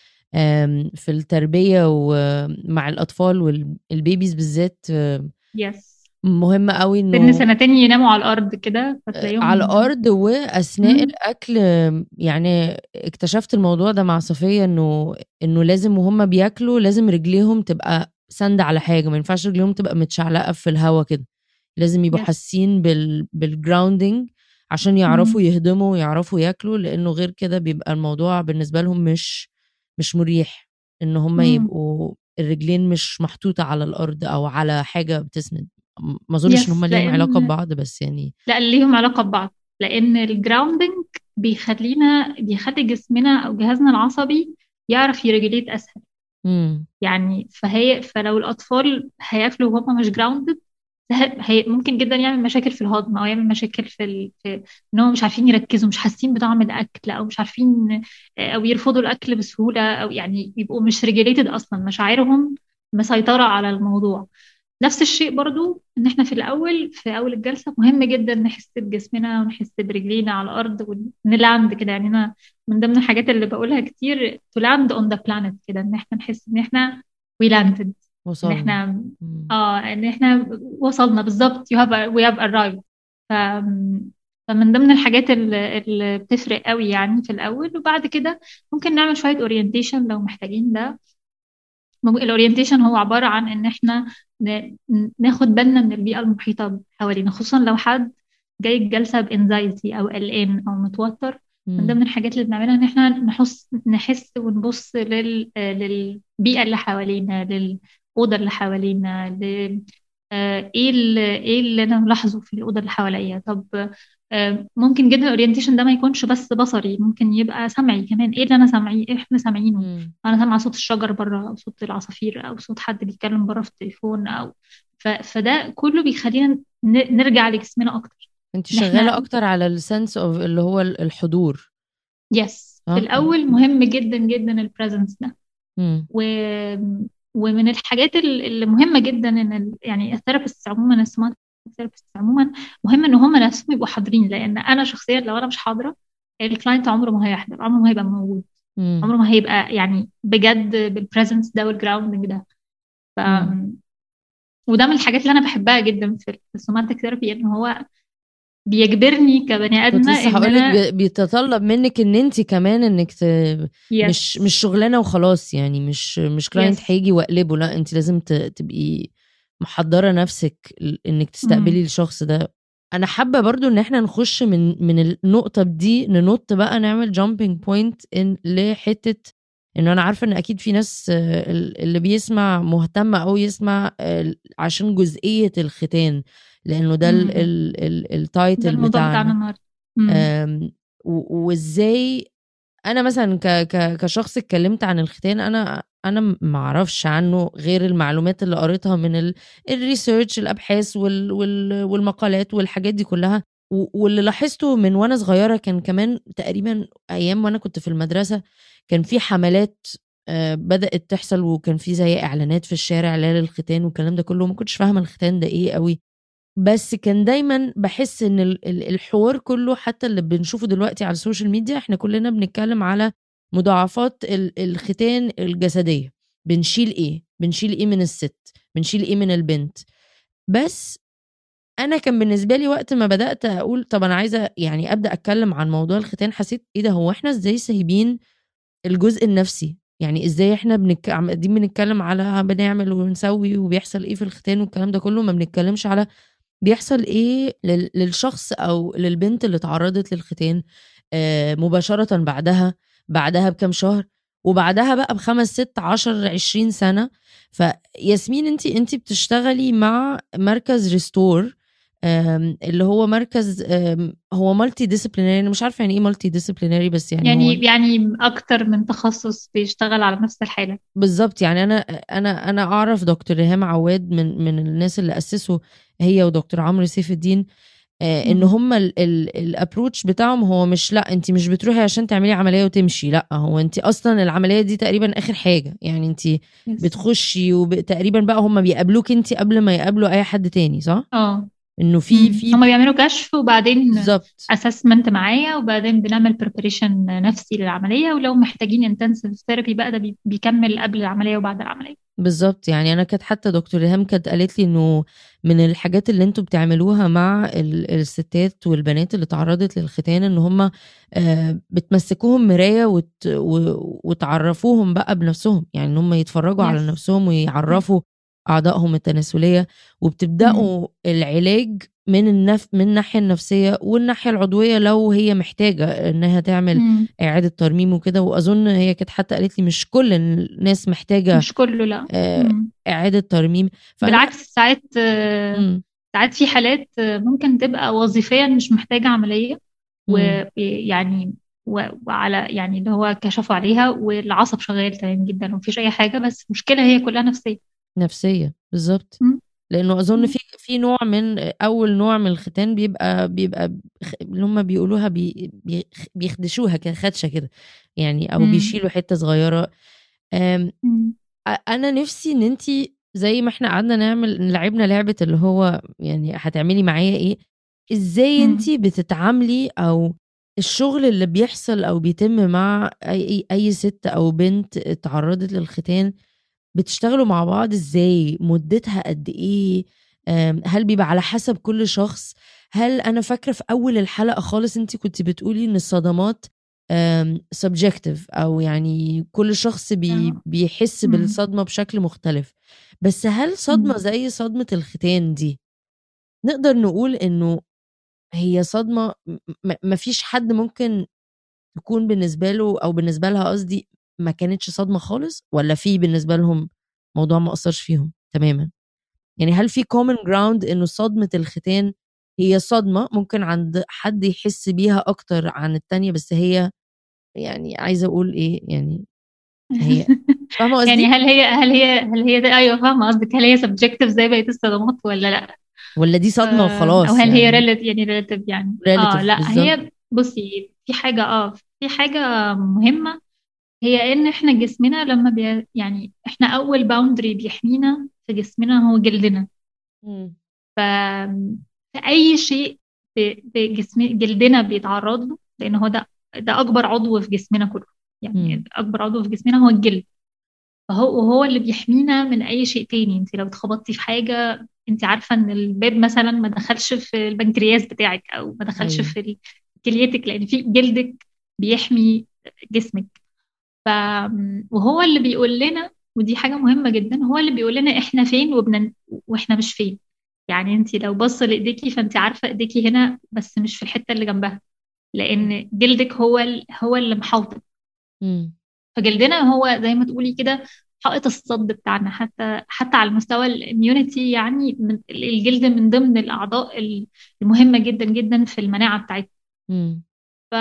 A: آم، في التربية ومع الأطفال والبيبيز بالذات، آم،
B: يس.
A: مهم قوي
B: سن
A: انه
B: سنتين يناموا على الارض كده
A: على
B: فتلاقيهم.
A: الأرض وأثناء
B: مم.
A: الأكل. يعني اكتشفت الموضوع ده مع صفية، إنه إنه لازم وهم بياكلوا لازم رجليهم تبقى سند على حاجة، ما ينفعش رجليهم تبقى متشعلقة في الهوا كده. لازم يبقوا
B: يس.
A: حاسين بال بالجراوندينج عشان يعرفوا
B: مم.
A: يهضموا ويعرفوا ياكلوا، لأنه غير كده بيبقى الموضوع بالنسبة لهم مش مش مريح. إن هم
B: مم.
A: يبقوا الرجلين مش محطوطة على الأرض أو على حاجة بتسند. ما أظنش إن هم
B: يس.
A: ليهم علاقة
B: لان
A: ببعض، بس يعني.
B: لا، ليهم علاقة ببعض. لأن الجراوندنج بيخلينا بيخلي جسمنا أو جهازنا العصبي يعرف يريجوليت أسهل.
A: مم.
B: يعني فهي فلو الأطفال هياكلوا وهم مش جراوندد، هي ممكن جدا يعمل مشاكل في الهضم، أو يعمل مشاكل في, ال... في إن هم مش عارفين يركزوا، مش حاسين بطعم الأكل، أو مش عارفين، أو يرفضوا الأكل بسهولة، أو يعني يبقوا مش ريجوليتد أصلا، مشاعرهم مسيطرة على الموضوع. نفس الشيء برضو، ان احنا في الاول في اول الجلسه مهم جدا نحس بجسمنا ونحس برجلينا على الارض ونلاند كده. يعني انا من ضمن الحاجات اللي بقولها كتير to land on the planet كده، ان احنا نحس ان احنا we landed. ان
A: وصلنا.
B: احنا
A: مم.
B: اه ان احنا وصلنا بالظبط. you have we have arrived. ف فمن ضمن الحاجات اللي, اللي بتفرق قوي يعني في الاول. وبعد كده ممكن نعمل شويه اورينتيشن لو محتاجين ده. الاورينتيشن هو عبارة عن ان احنا ن- ناخد بالنا من البيئة المحيطة حوالينا، خصوصا لو حد جاي الجلسة بانزايتي او قلقان او متوتر. من
A: مم.
B: ضمن الحاجات اللي بنعملها ان احنا نحس نحس ونبص لل... للبيئة اللي حوالينا، للأوضة اللي حوالينا، ل... آه، ايه اللي ايه اللي انا ملاحظه في الأوضة اللي حواليا. طب آه، ممكن جدا الاورينتيشن ده ما يكونش بس بصري، ممكن يبقى سمعي كمان. ايه اللي انا سامعيه، ايه احنا سامعينه.
A: مم.
B: انا سامعه صوت الشجر بره، او صوت العصافير، او صوت حد بيتكلم بره في التليفون، او ف... فده كله بيخلينا ن... نرجع لجسمنا اكتر.
A: انت
B: ان
A: شغالة
B: احنا
A: اكتر على السنس اوف اللي هو ال- الحضور.
B: يس. في
A: اه.
B: الاول مهم جدا جدا البريزنس ده.
A: مم.
B: و... ومن الحاجات ال- اللي مهمه جدا ان ال... يعني الثيرابيست عموما، السمات ثيرابيست عموما، مهم ان هم نفسهم يبقوا حاضرين. لان انا شخصيا لو انا مش حاضره، الكلاينت عمره ما هيحضر، عمره ما هيبقى موجود،
A: مم.
B: عمره ما هيبقى يعني بجد بالبريزنس ده والجراوندنج ده. ف...
A: مم.
B: وده من الحاجات اللي انا بحبها جدا في السوماتيك ثيرابي، ان هو بيجبرني كبني
A: كنت
B: ادمه
A: لسه
B: ان
A: هقولك
B: انا.
A: بي- بيتطلب منك ان انت كمان انك ت... مش
B: يس.
A: مش شغلانة وخلاص يعني، مش مش كلاينت
B: يس.
A: هيجي واقلبه، لا انت لازم ت... تبقي محضرة نفسك ل- انك تستقبلي
B: امم.
A: الشخص ده. انا حابة برضو ان احنا نخش من من النقطة دي، ننط بقى نعمل jumping point ان لحتة انه انا عارفة ان اكيد في ناس، آه، ال- اللي بيسمع مهتم او يسمع آه، عشان جزئية الختان، لانه ده
B: امم. ده
A: التايتل
B: الموضوع بتاعنا
A: بتاعنا.
B: النهارده. امم.
A: أم، و- وازاي انا مثلا ك ك كشخص اتكلمت عن الختان، انا انا ما اعرفش عنه غير المعلومات اللي قريتها من ال- الريسيرش، الابحاث وال وال والمقالات والحاجات دي كلها. و- واللي لاحظته من وانا صغيره كان كمان تقريبا ايام وانا كنت في المدرسه، كان في حملات آه بدأت تحصل، وكان في زي اعلانات في الشارع لا للختان والكلام ده كله. ما كنتش فاهمة الختان ده ايه قوي، بس كان دايما بحس ان ال- ال- الحوار كله حتى اللي بنشوفه دلوقتي على السوشيال ميديا، احنا كلنا بنتكلم على مضاعفات ال- الختان الجسدية. بنشيل ايه بنشيل ايه من الست، بنشيل ايه من البنت. بس انا كان بالنسبه لي وقت ما بدات اقول طب انا عايزه يعني ابدا اتكلم عن موضوع الختان، حسيت ايه ده، هو احنا ازاي سايبين الجزء النفسي؟ يعني ازاي احنا بنك... عم- قاعدين بنتكلم على بنعمل ونسوي وبيحصل ايه في الختان والكلام ده كله، ما بنتكلمش على بيحصل ايه لل... للشخص او للبنت اللي تعرضت للختان آه مباشره بعدها بعدها بكم شهر، وبعدها بقى بخمس ست عشر عشرين سنه. فياسمين، انتي انتي بتشتغلي مع مركز ريستور، آم، اللي هو مركز، آم، هو مالتي ديسيبليناري. انا مش عارفه يعني ايه مالتي ديسيبليناري، بس يعني
B: يعني
A: هو
B: يعني اكتر من تخصص بيشتغل على نفس الحالة.
A: بالظبط. يعني انا انا انا اعرف دكتور ريهام عواد من من الناس اللي اسسوا، هي ودكتور عمرو سيف الدين، آه، ان
B: مم.
A: هما الابروتش بتاعهم هو مش، لا انت مش بتروحي عشان تعملي عمليه وتمشي، لا هو انت اصلا العمليه دي تقريبا اخر حاجه. يعني انت
B: يس.
A: بتخشي وتقريبا بقى هما بيقابلوك انت قبل ما يقابلوا اي حد تاني، صح؟
B: اه.
A: انه في
B: مم.
A: في
B: هما بيعملوا كشف وبعدين
A: بالظبط.
B: اسسمنت معايا، وبعدين بنعمل بريباريشن نفسي للعملية، ولو محتاجين انتنسيف ثيرابي بقى ده بي- بيكمل قبل العملية وبعد العملية.
A: بالظبط. يعني انا كانت حتى دكتور ريهام كانت قالت لي انه من الحاجات اللي انتوا بتعملوها مع ال- الستات والبنات اللي تعرضت للختان، ان هم بتمسكوهم مراية وت و- وتعرفوهم بقى بنفسهم، يعني ان هم يتفرجوا على
B: يس.
A: نفسهم
B: يس.
A: ويعرفوا اعضائهم التناسلية،
B: مم.
A: وبتبدأوا العلاج من النف من الناحية النفسية والناحية العضوية لو هي محتاجة انها تعمل
B: مم.
A: إعادة ترميم وكده. وأظن هي كانت حتى قالت لي مش كل الناس محتاجة
B: مش كله، لا.
A: آه،
B: مم.
A: إعادة ترميم. فأنا
B: بالعكس، ساعات آه،
A: مم.
B: ساعات في حالات آه، ممكن تبقى وظيفيا مش محتاجة عملية،
A: مم.
B: ويعني و- وعلى يعني اللي هو كشفوا عليها والعصب شغال تمام جدا ومفيش أي حاجة، بس المشكلة هي كلها نفسية.
A: نفسية بالظبط.
B: مم.
A: لأنه أظن
B: مم.
A: في في نوع من أول نوع من الختان بيبقى بيبقى خ- اللي هم بيقولوها بي بي- بيخدشوها كخدشة كده، يعني أو
B: مم.
A: بيشيلوا حتة صغيرة. آم،
B: مم.
A: أ- أنا نفسي إن أنتي زي ما احنا قعدنا نعمل لعبنا لعبة اللي هو يعني هتعملي معايا إيه، إزاي
B: مم.
A: أنتي بتتعاملي، أو الشغل اللي بيحصل أو بيتم مع أي أي ست أو بنت اتعرضت للختان، بتشتغلوا مع بعض ازاي؟ مدتها قد ايه؟ أم، هل بيبقى على حسب كل شخص؟ هل انا فاكره في اول الحلقه خالص انت كنت بتقولي ان الصدمات أم، subjective، او يعني كل شخص بي
B: آه.
A: بيحس
B: مم.
A: بالصدمه بشكل مختلف. بس هل صدمه
B: مم.
A: زي صدمه الختان دي نقدر نقول انه هي صدمه م- م- مفيش حد ممكن تكون بالنسبه له او بالنسبه لها قصدي ما كانتش صدمه خالص، ولا في بالنسبه لهم موضوع ما اثرش فيهم تماما؟ يعني هل في common ground انه صدمه الختان هي صدمه ممكن عند حد يحس بيها اكتر عن التانية، بس هي يعني عايزه اقول ايه يعني، هي فاهمه
B: يعني
A: قصدي؟
B: هل هي هل هي هل هي ده، ايوه فاهمه قصدك، هل هي سبجكتيف زي بقيه الصدمات ولا لا؟
A: ولا دي صدمه
B: آه، او
A: وخلاص
B: هل هي
A: يعني؟
B: ريلاتيف، يعني ريلاتيف يعني اه
A: relative
B: لا
A: بالظبط.
B: هي بصي في حاجه اه في حاجه مهمه، هي ان احنا جسمنا لما بي يعني احنا اول باوندري بيحمينا في جسمنا هو جلدنا.
A: مم.
B: ف في اي شيء في في جسم جلدنا بيتعرض له، لان هو ده ده اكبر عضو في جسمنا كله. يعني
A: مم.
B: اكبر عضو في جسمنا هو الجلد، فهو وهو اللي بيحمينا من اي شيء تاني. انت لو اتخبطتي في حاجه، انت عارفه ان الباب مثلا ما دخلش في البنكرياس بتاعك او ما دخلش
A: ايوه.
B: في كليتك، لان في جلدك بيحمي جسمك. ف وهو اللي بيقول لنا، ودي حاجه مهمه جدا، هو اللي بيقول لنا احنا فين وبن... واحنا مش فين. يعني انت لو بص لايديكي فانت عارفه ايديكي هنا بس مش في الحته اللي جنبها، لان جلدك هو ال... هو اللي محاوطك.
A: مم.
B: فجلدنا هو زي ما تقولي كده حائط الصد بتاعنا، حتى حتى على المستوى الاميونيتي. يعني من الجلد من ضمن الأعضاء المهمة جدا جدا في المناعة بتاعتنا.
A: مم.
B: ف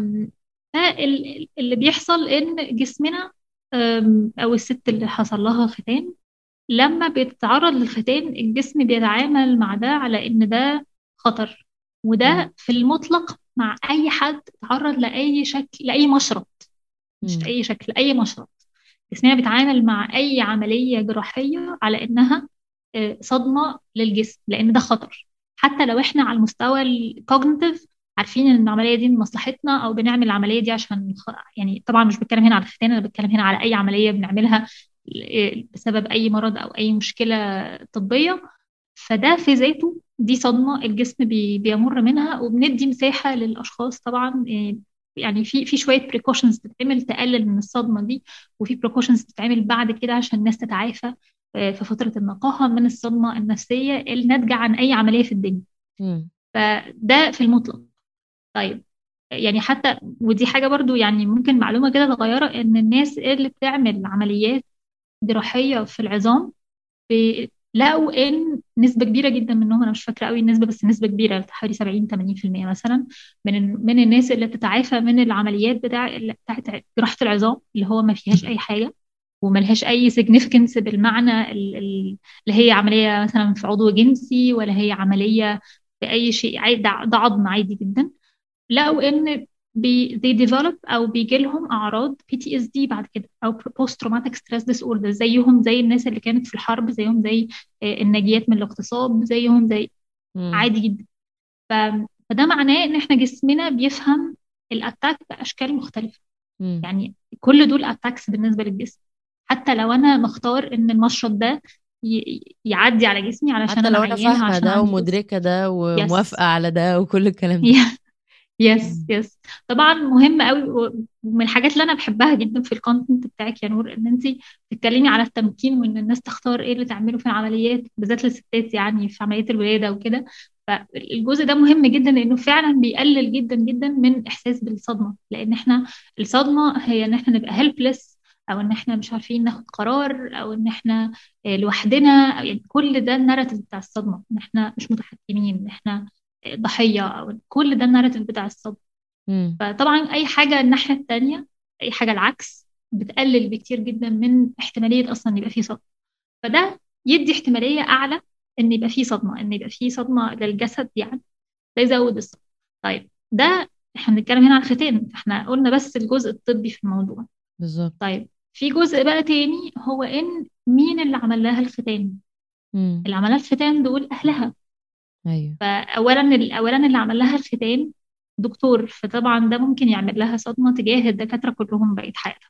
B: فال- اللي بيحصل إن جسمنا، أم، أو الست اللي حصل لها ختان، لما بيتعرض للختان الجسم بيتعامل مع ده على إن ده خطر.
A: مم.
B: وده في المطلق مع أي حد تعرض لأي شكل، لأي مشرط، مش
A: مم.
B: أي شكل، أي مشرط. جسمنا بيتعامل مع اي عمليه جراحيه على انها آه، صدمه للجسم، لان ده خطر. حتى لو احنا على المستوى الكوجنيتيف عارفين ان العمليه دي لمصلحتنا او بنعمل العمليه دي عشان خ- يعني طبعا مش بتكلم هنا على الختان، انا بتكلم هنا على اي عمليه بنعملها آه، بسبب اي مرض او اي مشكله طبيه. فده في ذاته دي صدمة الجسم بي بيمر منها، وبندي مساحة للأشخاص طبعا آه، يعني في في شوية precautions بتتعمل تقلل من الصدمة دي، وفي precautions بتتعمل بعد كده عشان الناس تتعافى آه، في فترة النقاهة من الصدمة النفسية الناتجة عن أي عملية في الدنيا.
A: مم.
B: فده في المطلق. طيب يعني حتى ودي حاجة برضو يعني ممكن معلومة كده صغيرة، إن الناس اللي بتعمل عمليات جراحية في العظام ب- لقوا ان نسبه كبيره جدا منهم، انا مش فاكره قوي النسبه بس نسبه كبيره حوالي سبعين ثمانين في المية مثلا من ال- من الناس اللي بتتعافى من العمليات بتاع اللي بتاعت جراحه العظام اللي هو ما فيهاش اي حاجه وما لهاش اي significance بالمعنى ال- ال- اللي هي عمليه مثلا في عضو جنسي، ولا هي عمليه في اي شيء عادي، ده ده عظم عادي جدا. لقوا ان بي they develop او بيجي لهم اعراض بي تي اس دي بعد كده، او post traumatic stress disorder، زيهم زي الناس اللي كانت في الحرب، زيهم زي آه، الناجيات من الاغتصاب، زيهم زي
A: مم.
B: عادي جدا. ف... فده معناه ان احنا جسمنا بيفهم الاتاك باشكال مختلفه.
A: مم.
B: يعني كل دول اتاكس بالنسبه للجسم، حتى لو انا مختار ان المشرط ده ي... يعدي على جسمي علشان
A: حتى
B: انا
A: لو انا
B: عيانه
A: فاهمة
B: عشان
A: ده
B: عندي بس.
A: ومدركة ده
B: يس.
A: وموافقة على ده وكل الكلام ده.
B: يس
A: مم.
B: يس. طبعا مهم قوي، ومن الحاجات اللي انا بحبها جدا في الكونتنت بتاعك يا نور ان انت تتكلمي على التمكين، وان الناس تختار ايه اللي تعمله في العمليات بالذات للستات يعني في عمليات الولاده وكده. فالجزء ده مهم جدا لانه فعلا بيقلل جدا جدا من احساس بالصدمه، لان احنا الصدمه هي ان احنا نبقى هيلبلس، او ان احنا مش عارفين ناخد قرار، او ان احنا آه، لوحدنا، أو يعني كل ده الناراتيف بتاع الصدمه، ان احنا مش متحكمين، ان احنا ضحية، أو كل ده الناراتيف بتاع الصدمة.
A: مم.
B: فطبعا أي حاجة الناحية التانية، أي حاجة العكس بتقلل بكتير جدا من احتمالية أصلا يبقى فيه صدمة. فده يدي احتمالية أعلى إن يبقى فيه صدمة، إن يبقى فيه صدمة للجسد يعني، ده يزود الصدمة. طيب ده احنا بنتكلم هنا عن الختان، احنا قلنا بس الجزء الطبي في الموضوع.
A: بالظبط.
B: طيب في جزء بقى تاني، هو إن مين اللي عمل لها الختان؟
A: مم.
B: اللي عمل لها الختان دول أهلها.
A: ايوه.
B: فأولا اولا اللي عمل لها الختان دكتور، فطبعا ده ممكن يعمل لها صدمة تجاه الدكاترة كلهم بقية حياتها.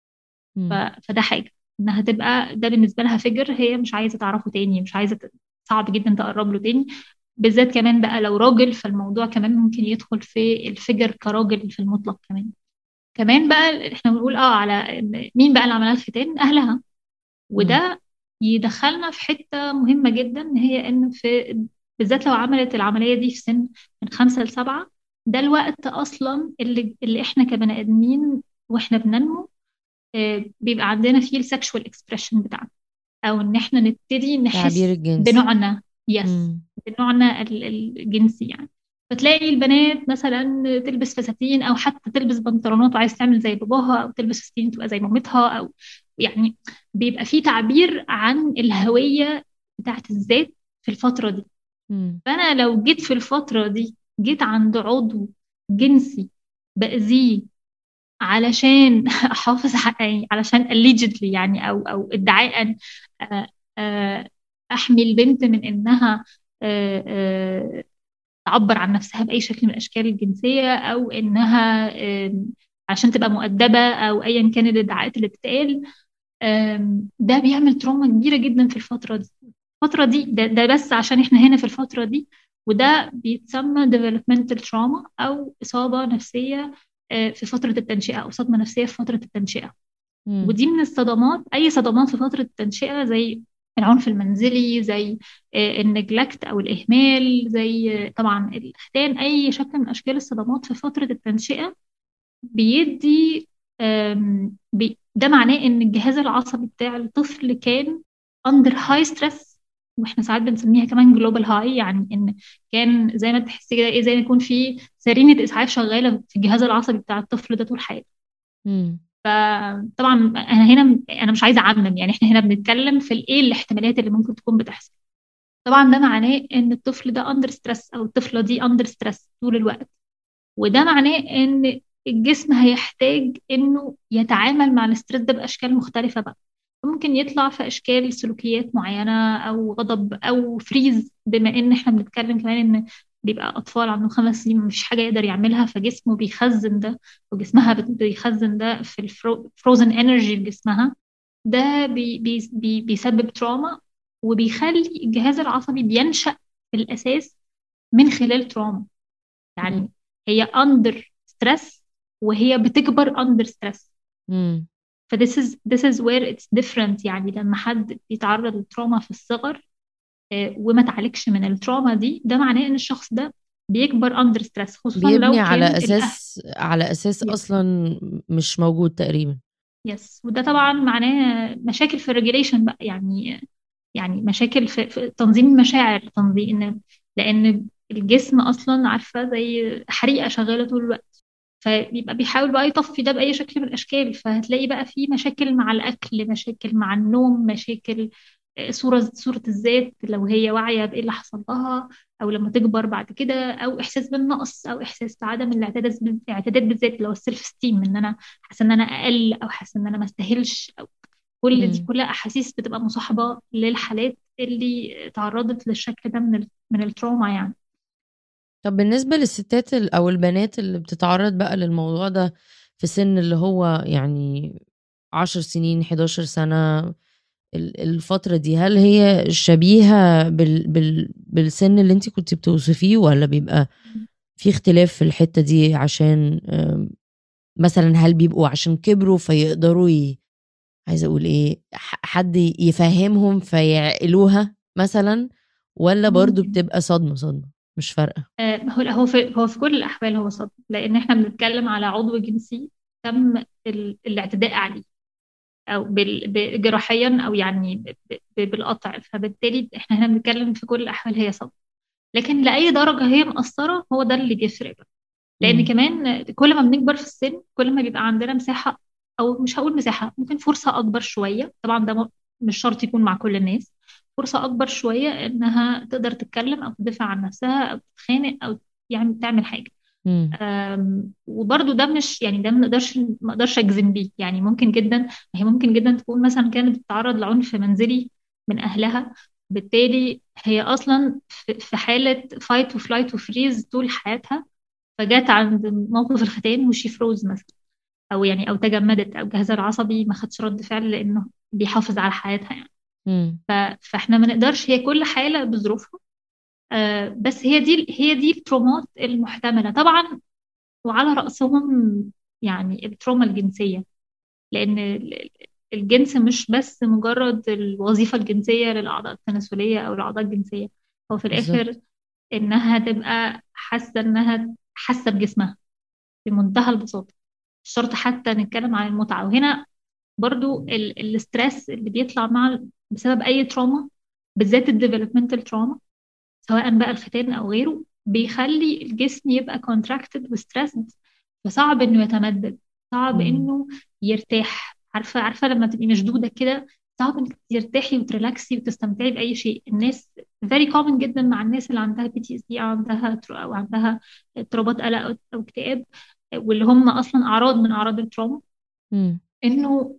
B: ف...
A: مم.
B: فده حاجة انها تبقى ده بالنسبة لها فجر هي مش عايزة تعرفه تاني، مش عايزة ت- صعب جدا تقرب له تاني. بالذات كمان بقى لو راجل، فالموضوع كمان ممكن يدخل في الفجر كراجل في المطلق كمان. كمان بقى احنا بنقول اه على إن مين بقى اللي عملها الختان؟ اهلها.
A: مم.
B: وده يدخلنا في حتة مهمة جدا، هي إن في بالذات لو عملت العملية دي في سن من خمسة لسبعة، ده الوقت أصلا اللي, اللي إحنا كبني آدمين وإحنا بننمو آه، بيبقى عندنا فيه السكشوال اكسبريشن بتاعنا، أو إن إحنا نبتدي
A: تعبير
B: نحس
A: الجنسي.
B: بنوعنا. يس.
A: مم.
B: بنوعنا ال- الجنسي يعني. فتلاقي البنات مثلا تلبس فساتين، او حتى تلبس بنطلونات وعايز تعمل زي باباها، او تلبس فساتين تبقى زي مامتها، او يعني بيبقى في تعبير عن الهوية بتاعت الذات في الفترة دي.
A: مم.
B: فأنا لو جيت في الفترة دي جيت عند عضو جنسي بأذيه علشان أحافظ ع- يعني علشان allegedly يعني أو أو ادعاء آه، آه، أحمي البنت من إنها آه، آه، تعبر عن نفسها بأي شكل من الأشكال الجنسية، أو إنها آم، عشان تبقى مؤدبة، أو أيا كان الادعاءات اللي بتتقال. آم، ده بيعمل تروما كبيرة جدا في الفترة دي. الفترة دي ده, ده بس عشان احنا هنا في الفترة دي. وده بيتسمى developmental trauma أو إصابة نفسية آه، في فترة التنشئة، أو صدمة نفسية في فترة التنشئة.
A: مم.
B: ودي من الصدمات، أي صدمات في فترة التنشئة زي العنف المنزلي، زي النجلكت أو الإهمال، زي آه، طبعا الختان، أي شكل من أشكال الصدمات في فترة التنشئة بيدي آم، بي ده معناه ان الجهاز العصبي بتاع الطفل كان under high stress. واحنا ساعات بنسميها كمان global high، يعني ان كان زي ما تحسي كده ايه، زي ما يكون في سرينة اسعاف شغالة في الجهاز العصبي بتاع الطفل ده طول حياته.
A: مم.
B: فطبعا انا هنا انا مش عايزة اعمم، يعني احنا هنا بنتكلم في الايه الاحتمالات اللي ممكن تكون بتحصل. طبعا ده معناه ان الطفل ده under stress او الطفلة دي under stress طول الوقت. وده معناه ان الجسم هيحتاج انه يتعامل مع الاسترس ده باشكال مختلفه بقى. ممكن يطلع في اشكال سلوكيات معينه او غضب او فريز، بما ان احنا بنتكلم كمان ان بيبقى اطفال عندهم خمس سنين مفيش حاجه يقدر يعملها، فجسمه بيخزن ده وجسمها بت- بيخزن ده في الفروزن انرجي في جسمها. ده بي بي بي بيسبب تروما، وبيخلي الجهاز العصبي بينشأ في الاساس من خلال تروما.
A: مم.
B: يعني هي under stress وهي بتكبر under stress.
A: مم.
B: ف this is this is where it's different. يعني لما حد بيتعرض للتروما في الصغر آه، وما تعالجش من التروما دي، ده معناه ان الشخص ده بيكبر under stress، خصوصا
A: بيبني
B: لو
A: على
B: كان الاهل.
A: اساس على اساس
B: يس
A: اصلا مش موجود تقريبا.
B: يس وده طبعا معناه مشاكل في الريجيليشن بقى. يعني يعني مشاكل في, في تنظيم المشاعر، تنظيم، لان الجسم اصلا عارفه زي حريقه شغاله طول الوقت، فيبقى بيحاول بقى يطفي ده بأي شكل من الأشكال. فهتلاقي بقى في مشاكل مع الأكل، مشاكل مع النوم، مشاكل آه، صورة صورة الذات لو هي واعية بإيه اللي حصل لها، أو لما تكبر بعد كده، أو إحساس بالنقص، أو إحساس بعدم الاعتداد الاعتداد بالذات اللي هو السيلف ستيم، إن أنا حاسة إن أنا أقل، أو حاسة إن أنا ما استاهلش، أو كل دي
A: مم.
B: كلها أحاسيس بتبقى مصاحبة للحالات اللي تعرضت للشكل ده من ال من التروما يعني.
A: طب بالنسبة للستات ال- او البنات اللي بتتعرض بقى للموضوع ده في سن اللي هو يعني عشر سنين حداشر سنة، ال- الفترة دي هل هي شبيهة بال بال بالسن اللي انت كنت بتوصفيه، ولا بيبقى في اختلاف في الحتة دي؟ عشان آم، مثلا هل بيبقوا عشان كبروا فيقدروا ي... عايزة اقول ايه، ح- حد يفهمهم فيعقلوها مثلا، ولا برضو
B: ممكن.
A: بتبقى صدمة صدمة مش فارقة؟
B: آه، هو هو في هو في كل الأحوال هو صدمة، لأن إحنا بنتكلم على عضو جنسي تم ال- الاعتداء عليه، أو بال- ب- جراحيا، أو يعني ب- ب- بالقطع. فبالتالي إحنا هنا بنتكلم في كل الأحوال هي صدمة، لكن لأي درجة هي مأثرة هو ده اللي بيفرق بقى. لأن
A: مم.
B: كمان كل ما بنكبر في السن كل ما بيبقى عندنا مساحة، أو مش هقول مساحة، ممكن فرصة أكبر شوية. طبعا ده م- مش شرط يكون مع كل الناس. فرصة أكبر شوية إنها تقدر تتكلم أو تدافع عن نفسها أو تتخانق أو يعني تعمل حاجة.
A: مم.
B: أم، وبرضو ده مش يعني ده ما نقدرش ما اقدرش اجزم بيه. يعني ممكن جدا، هي ممكن جدا تكون مثلا كانت بتتعرض لعنف منزلي من اهلها، بالتالي هي اصلا في في حاله فايت وفلايت وفريز طول حياتها، فجت عند موقف الختان وشي فروز مثلا، او يعني او تجمدت، او جهازها العصبي ما خدش رد فعل لانه بيحافظ على حياتها يعني.
A: مم.
B: ف- فاحنا ما نقدرش، هي كل حاله بظروفها. آه، بس هي دي هي دي الترومات المحتمله طبعا، وعلى رأسهم يعني التروما الجنسية. لأن ال- الجنس مش بس مجرد الوظيفة الجنسية للأعضاء التناسلية أو الأعضاء الجنسية، هو في الآخر
A: بالظبط.
B: إنها تبقى حاسة إنها حاسة بجسمها بمنتهى البساطة. مش شرط حتى نتكلم عن المتعة. وهنا برضو ال- الاسترس اللي بيطلع مع بسبب أي تروما، بالذات الديفلوبمنتال تروما، سواء بقى الختان أو غيره، بيخلي الجسم يبقى contracted وستريسد، فصعب إنه يتمدد، صعب
A: مم.
B: إنه يرتاح. عارفة عارفة لما تبقي مشدودة كده، صعب إنك ترتاحي وتريلاكسي وتستمتعي بأي شيء. الناس very common جدا مع الناس اللي عندها بي تي اس دي، أو عندها تر- أو عندها اضطرابات قلق أو أو اكتئاب، واللي هم أصلا أعراض من أعراض التروما،
A: مم.
B: انه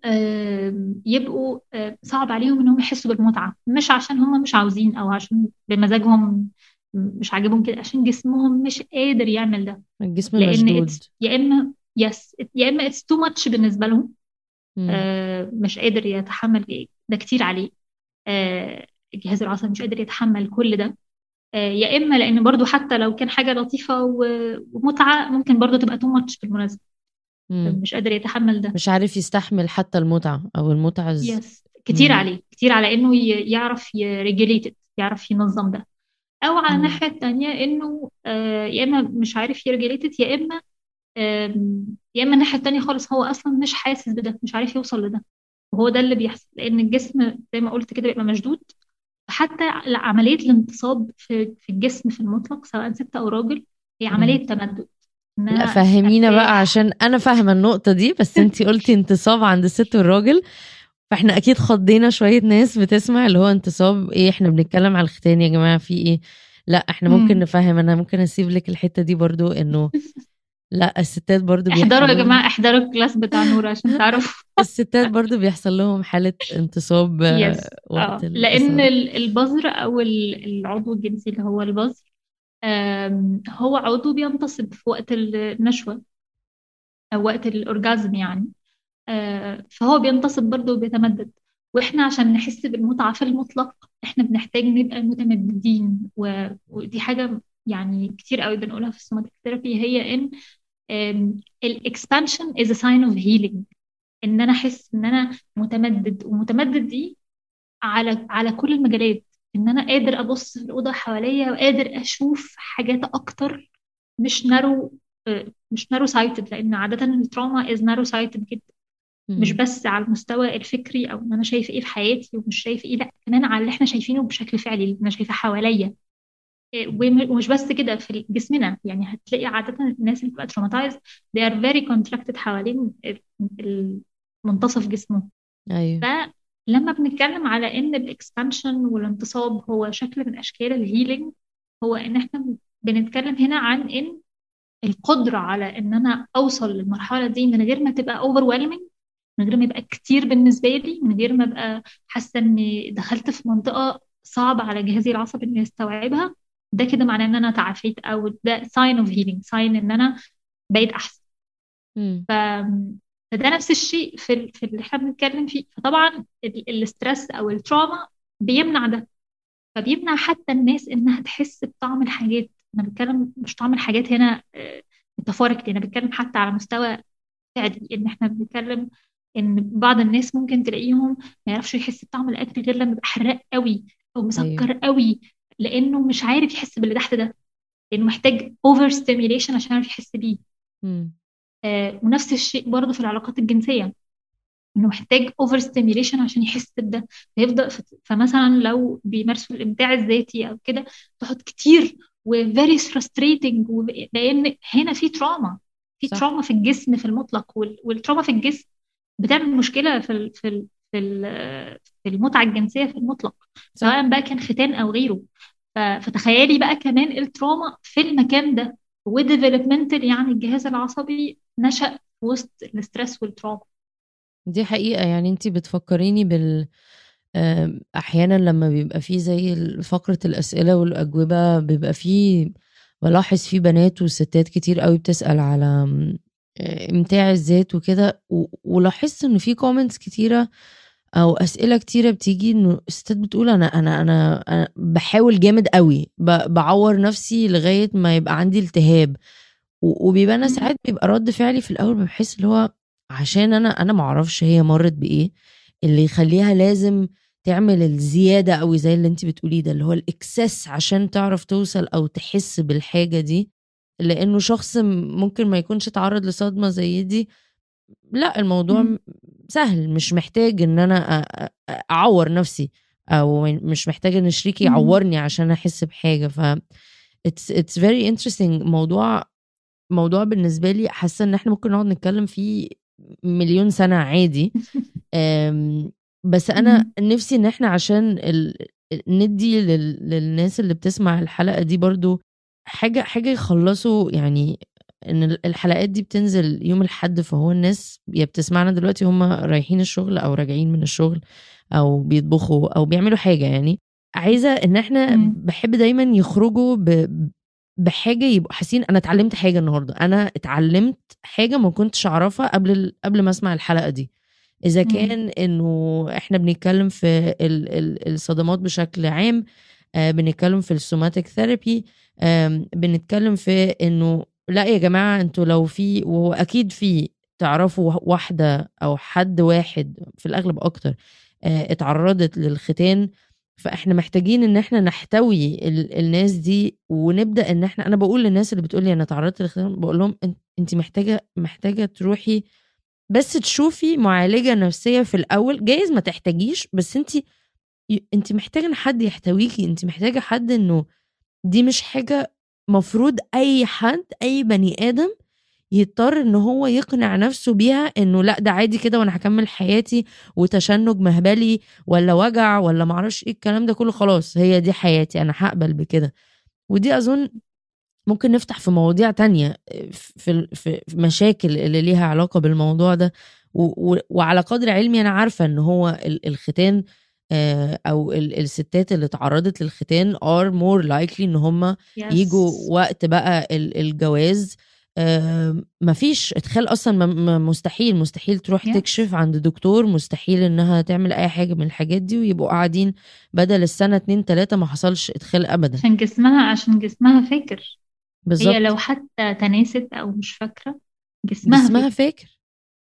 B: آم، يبقوا آه، صعب عليهم انهم يحسوا بالمتعه، مش عشان هم مش عاوزين او عشان بمزاجهم مش عاجبهم كده، عشان جسمهم مش قادر يعمل ده.
A: الجسم
B: لان
A: مشدود.
B: it's يا اما يس يا اما it's too much بالنسبه لهم.
A: مم.
B: آه، مش قادر يتحمل ده، كتير عليه. آه، الجهاز العصبي مش قادر يتحمل كل ده. آه، يا اما لان برضو حتى لو كان حاجه لطيفه و- ومتعه، ممكن برضو تبقى too much بالمناسبه،
A: مم.
B: مش قادر يتحمل ده.
A: مش عارف يستحمل حتى المتعة او المتعة الز...
B: يس كتير
A: مم.
B: عليه، كتير على انه ي- يعرف يريجوليت، يعرف ينظم ده. او على
A: مم.
B: الناحيه التانيه انه آه، يا اما مش عارف يريجوليت، يا اما آم، يا اما الناحيه التانيه خالص هو اصلا مش حاسس بده، مش عارف يوصل لده. وهو ده اللي بيحصل، لان الجسم زي ما قلت كده بيبقى مشدود. حتى عمليه الانتصاب في في الجسم في المطلق، سواء ست او راجل، هي
A: مم.
B: عمليه تمدد،
A: لا
B: انها
A: فهمينا بقى،
B: ارتاح.
A: عشان انا فاهمة النقطة دي، بس انتي قلتي انتصاب عند الست والراجل، فاحنا اكيد خضينا شوية ناس بتسمع اللي هو انتصاب ايه، احنا بنتكلم على الختان يا جماعة في ايه. لا احنا ممكن
B: مم.
A: نفهم، انا ممكن اسيب لك الحتة دي برضو، انه لا الستات برضو
B: احضروا
A: بيحصل
B: يا
A: لهم
B: جماعة، احضروا الكلاس بتاع نور عشان تعرفوا.
A: الستات برضو بيحصل لهم حالة انتصاب آه،
B: يس.
A: وقت
B: اه لان
A: الإثارة.
B: ال- البذر او ال- العضو الجنسي اللي هو البذر، آم، هو عضو بينتصب في وقت النشوة او وقت الاورجازم يعني. آه، فهو بينتصب برضه وبيتمدد. واحنا عشان نحس بالمتعة في المطلق احنا بنحتاج نبقى متمددين، و... ودي حاجة يعني كتير قوي بنقولها في السوماتيك ثيرابي، هي ان الاكسبانشن is a sign of healing. ان انا احس ان انا متمدد، ومتمدد دي على على كل المجالات. ان انا قادر ابص في الاوضه حواليا وقادر اشوف حاجات اكتر، مش نارو مش نارو سايتد، لان عاده التراما از نارو سايتد جدا. مش
A: مم.
B: بس على المستوى الفكري او ان انا شايف ايه في حياتي ومش شايف ايه، لا كمان على اللي احنا شايفينه بشكل فعلي اللي انا شايفاه حواليا. إيه، وم- ومش بس كده في جسمنا، يعني هتلاقي عادة الناس اللي بتبقى traumatized they are very contracted حوالين ال- منتصف جسمه.
A: أيوه.
B: فلما بنتكلم على ان الاكسبانشن والانتصاب هو شكل من اشكال الهيلينج، هو ان احنا بنتكلم هنا عن ان القدرة على ان انا اوصل للمرحلة دي من غير ما تبقى overwhelming، من غير ما يبقى كتير بالنسبة لي، من غير ما ابقى حاسة اني دخلت في منطقة صعبة على جهازي العصبي اني استوعبها. ده كده معناه ان انا تعافيت، او ده sign of healing، sign ان انا بقيت احسن.
A: مم.
B: ف... فده نفس الشيء في ال- في اللي احنا بنتكلم فيه. فطبعا ال- الاسترس او التراما بيمنع ده، فبيمنع حتى الناس انها تحس بطعم الحاجات. انا بتكلم مش طعم الحاجات هنا ميتافوريكلي، انا بتكلم حتى على مستوى فعلي. ان احنا بنتكلم ان بعض الناس ممكن تلاقيهم ما يعرفش يحس بطعم الاكل غير لما يبقى حراق قوي او
A: أيوه.
B: مسكر قوي، لانه مش عارف يحس باللي تحت ده، لانه محتاج اوفر ستيميوليشن عشان يعرف يحس بيه.
A: مم.
B: آه ونفس الشيء برضه في العلاقات الجنسيه، انه محتاج اوفر ستيميوليشن عشان يحس بده. فيفضل ف- فمثلا لو بيمارسوا الابداع الذاتي او كده تقعد كتير و very frustrating، و- لان هنا في تراما، في
A: صح.
B: تراما في الجسم في المطلق. وال- والتراما في الجسم بتعمل مشكله في ال في ال في ال- في المتعه الجنسيه في المطلق،
A: صح.
B: سواء بقى كان ختان او غيره. ف- فتخيلي بقى كمان التراما في المكان ده، وديفلوبمنتال يعني الجهاز العصبي نشأ في وسط الاسترس والتراما.
A: دي حقيقة. يعني انتي بتفكريني بال آم، احيانا لما بيبقى فيه زي ال- فقرة الاسئلة والاجوبة بيبقى فيه، بلاحظ فيه بنات وستات كتير قوي بتسأل على آم، آه، امتاع الذات وكده، و- ولاحظت ان في كومنتس كتيرة او اسئلة كتيرة بتيجي انه الستات بتقول انا انا انا, أنا بحاول جامد قوي، ب- بعور نفسي لغاية ما يبقى عندي التهاب. و- وبيبقى انا ساعات بيبقى رد فعلي في الاول بحس اللي هو عشان انا انا معرفش هي مرت بايه اللي يخليها لازم تعمل الزيادة قوي زي اللي انت بتقوليه ده، اللي هو الاكسس عشان تعرف توصل او تحس بالحاجة دي. لانه شخص م- ممكن ما يكونش اتعرض لصدمة زي دي، لا الموضوع م- سهل، مش محتاج ان انا أ- أ- اعور نفسي، او مش محتاج ان شريكي
B: مم.
A: يعورني عشان احس بحاجة. ف it's it's very interesting. موضوع موضوع بالنسبة لي حاسة ان احنا ممكن نقعد نتكلم فيه مليون سنة عادي. أم، بس انا
B: مم.
A: نفسي ان احنا عشان ال... ندي لل... للناس اللي بتسمع الحلقة دي برضو حاجة حاجة يخلصوا يعني. ان ال- الحلقات دي بتنزل يوم الحد، فهو الناس يا بتسمعنا دلوقتي هم رايحين الشغل او راجعين من الشغل او بيطبخوا او بيعملوا حاجة يعني. عايزة ان احنا
B: مم.
A: بحب دايما يخرجوا ب... بحاجة يبقوا حاسين انا اتعلمت حاجة النهاردة، انا اتعلمت حاجة ما كنتش اعرفها قبل ال... قبل ما اسمع الحلقة دي. اذا
B: مم.
A: كان انه احنا بنتكلم في ال... ال... الصدمات بشكل عام، آه بنتكلم في السوماتيك ثيرابي، آه بنتكلم في انه لا يا جماعة انتوا لو في، واكيد في، تعرفوا واحدة او حد واحد في الاغلب اكتر آه اتعرضت للختان، فاحنا محتاجين ان احنا نحتوي ال... الناس دي، ونبدا ان احنا، انا بقول للناس اللي بتقولي انا تعرضت للختان بقول لهم انت انت محتاجه محتاجه تروحي بس تشوفي معالجة نفسية في الأول، جايز ما تحتاجيش، بس انت انت محتاجة ان حد يحتويكي، انت محتاجة حد انه دي مش حاجة مفروض أي حد أي بني آدم يضطر ان هو يقنع نفسه بيها انه لا ده عادي كده وانا هكمل حياتي، وتشنج مهبلي ولا وجع ولا معرفش ايه الكلام ده كله، خلاص هي دي حياتي انا هقبل بكده. ودي اظن ممكن نفتح في مواضيع تانية، في في في مشاكل اللي ليها علاقة بالموضوع ده. و- و- وعلى قدر علمي أنا عارفة إن هو ال- الختان، آه، أو ال- الستات اللي تعرضت للختان are more likely إن هم يجوا
B: يس.
A: وقت بقى ال- الجواز. آه، مفيش ادخال أصلا، م- م- مستحيل مستحيل تروح
B: يس
A: تكشف عند دكتور، مستحيل إنها تعمل أي حاجة من الحاجات دي، ويبقوا قاعدين بدل السنة اتنين تلاتة ما حصلش ادخال أبدا.
B: عشان جسمها عشان جسمها فاكر. هي
A: بالظبط.
B: لو حتى تناست او مش فاكرة، جسمها
A: جسمها
B: فاكر.
A: فاكر.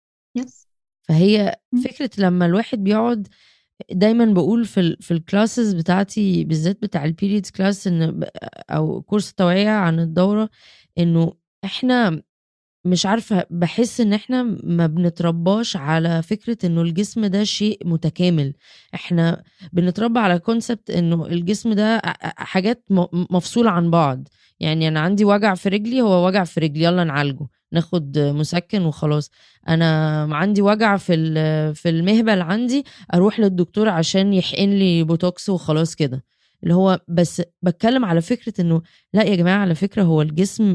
B: يس.
A: فهي فكرة لما الواحد بيقعد، دايما بقول في ال في الكلاسز بتاعتي بالذات بتاع البيريدز كلاس، ان ب- او كورس التوعية عن الدورة، انه احنا مش عارفة، بحس ان احنا ما بنترباش على فكرة انه الجسم ده شيء متكامل. احنا بنتربى على كونسبت انه الجسم ده ع- ع- حاجات م- مفصولة عن بعض. يعني انا عندي وجع في رجلي، هو وجع في رجلي، يلا نعالجه، ناخد مسكن وخلاص. انا عندي وجع في ال- في المهبل عندي، اروح للدكتور عشان يحقن لي بوتوكس وخلاص كده. اللي هو بس بتكلم على فكرة انه لا يا جماعة، على فكرة هو الجسم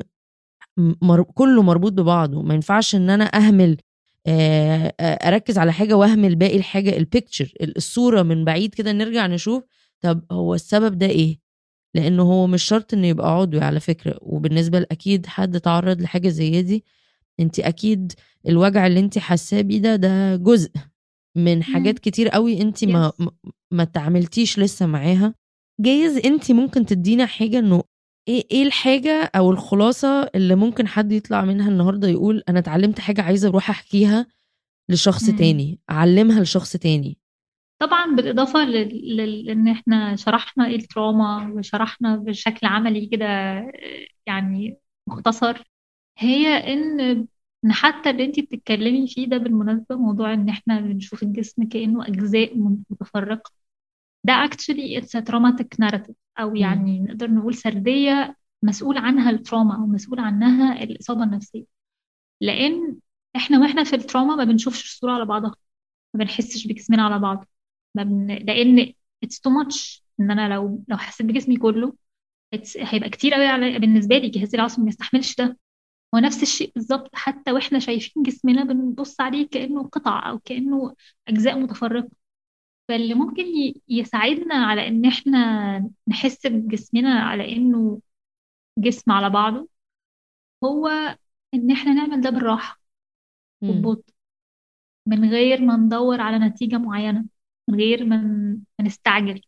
A: مر... كله مربوط ببعضه. ما ينفعش ان انا اهمل، آه، آه، اركز على حاجة واهمل باقي الحاجة، البيكتشر، الصورة من بعيد كده، نرجع نشوف طب هو السبب ده ايه. لانه هو مش شرط انه يبقى عضوي على فكرة. وبالنسبة لاكيد حد تعرض لحاجة زي دي، انت اكيد الوجع اللي انت حاساه بيه ده ده جزء من حاجات كتير قوي انت ما
B: يس.
A: ما ما تعاملتيش لسه معاها. جايز انت ممكن تدينا حاجة انه ايه ايه الحاجة او الخلاصة اللي ممكن حد يطلع منها النهاردة يقول انا اتعلمت حاجة عايزة اروح احكيها لشخص تاني، اعلمها لشخص تاني.
B: طبعا بالإضافة لل... لل... لأن احنا شرحنا ايه التراما وشرحنا بشكل عملي كده، آه، يعني مختصر. هي ان ان حتى اللي انتي بتتكلمي فيه ده بالمناسبة، موضوع ان احنا بنشوف الجسم كأنه أجزاء متفرقة، ده actually it's a traumatic narrative، أو
A: مم.
B: يعني نقدر نقول سردية مسؤول عنها التراما أو مسؤول عنها الإصابة النفسية. لأن احنا واحنا في التراما ما بنشوفش الصورة على بعضها، ما بنحسش بجسمنا على بعض. ما بن... لان it's too much ان انا لو لو حسيت بجسمي كله it's... هيبقى كتير قوي على... بالنسبه لي جهازي العصبي ما يستحملش ده. هو نفس الشيء بالظبط، حتى واحنا شايفين جسمنا بنبص عليه كانه قطع او كانه اجزاء متفرقه. فاللي ممكن ي... يساعدنا على ان احنا نحس بجسمنا على انه جسم على بعضه، هو ان احنا نعمل ده بالراحه
A: مم.
B: وببطء، من غير ما ندور على نتيجه معينه، من غير ما ن- ما نستعجل.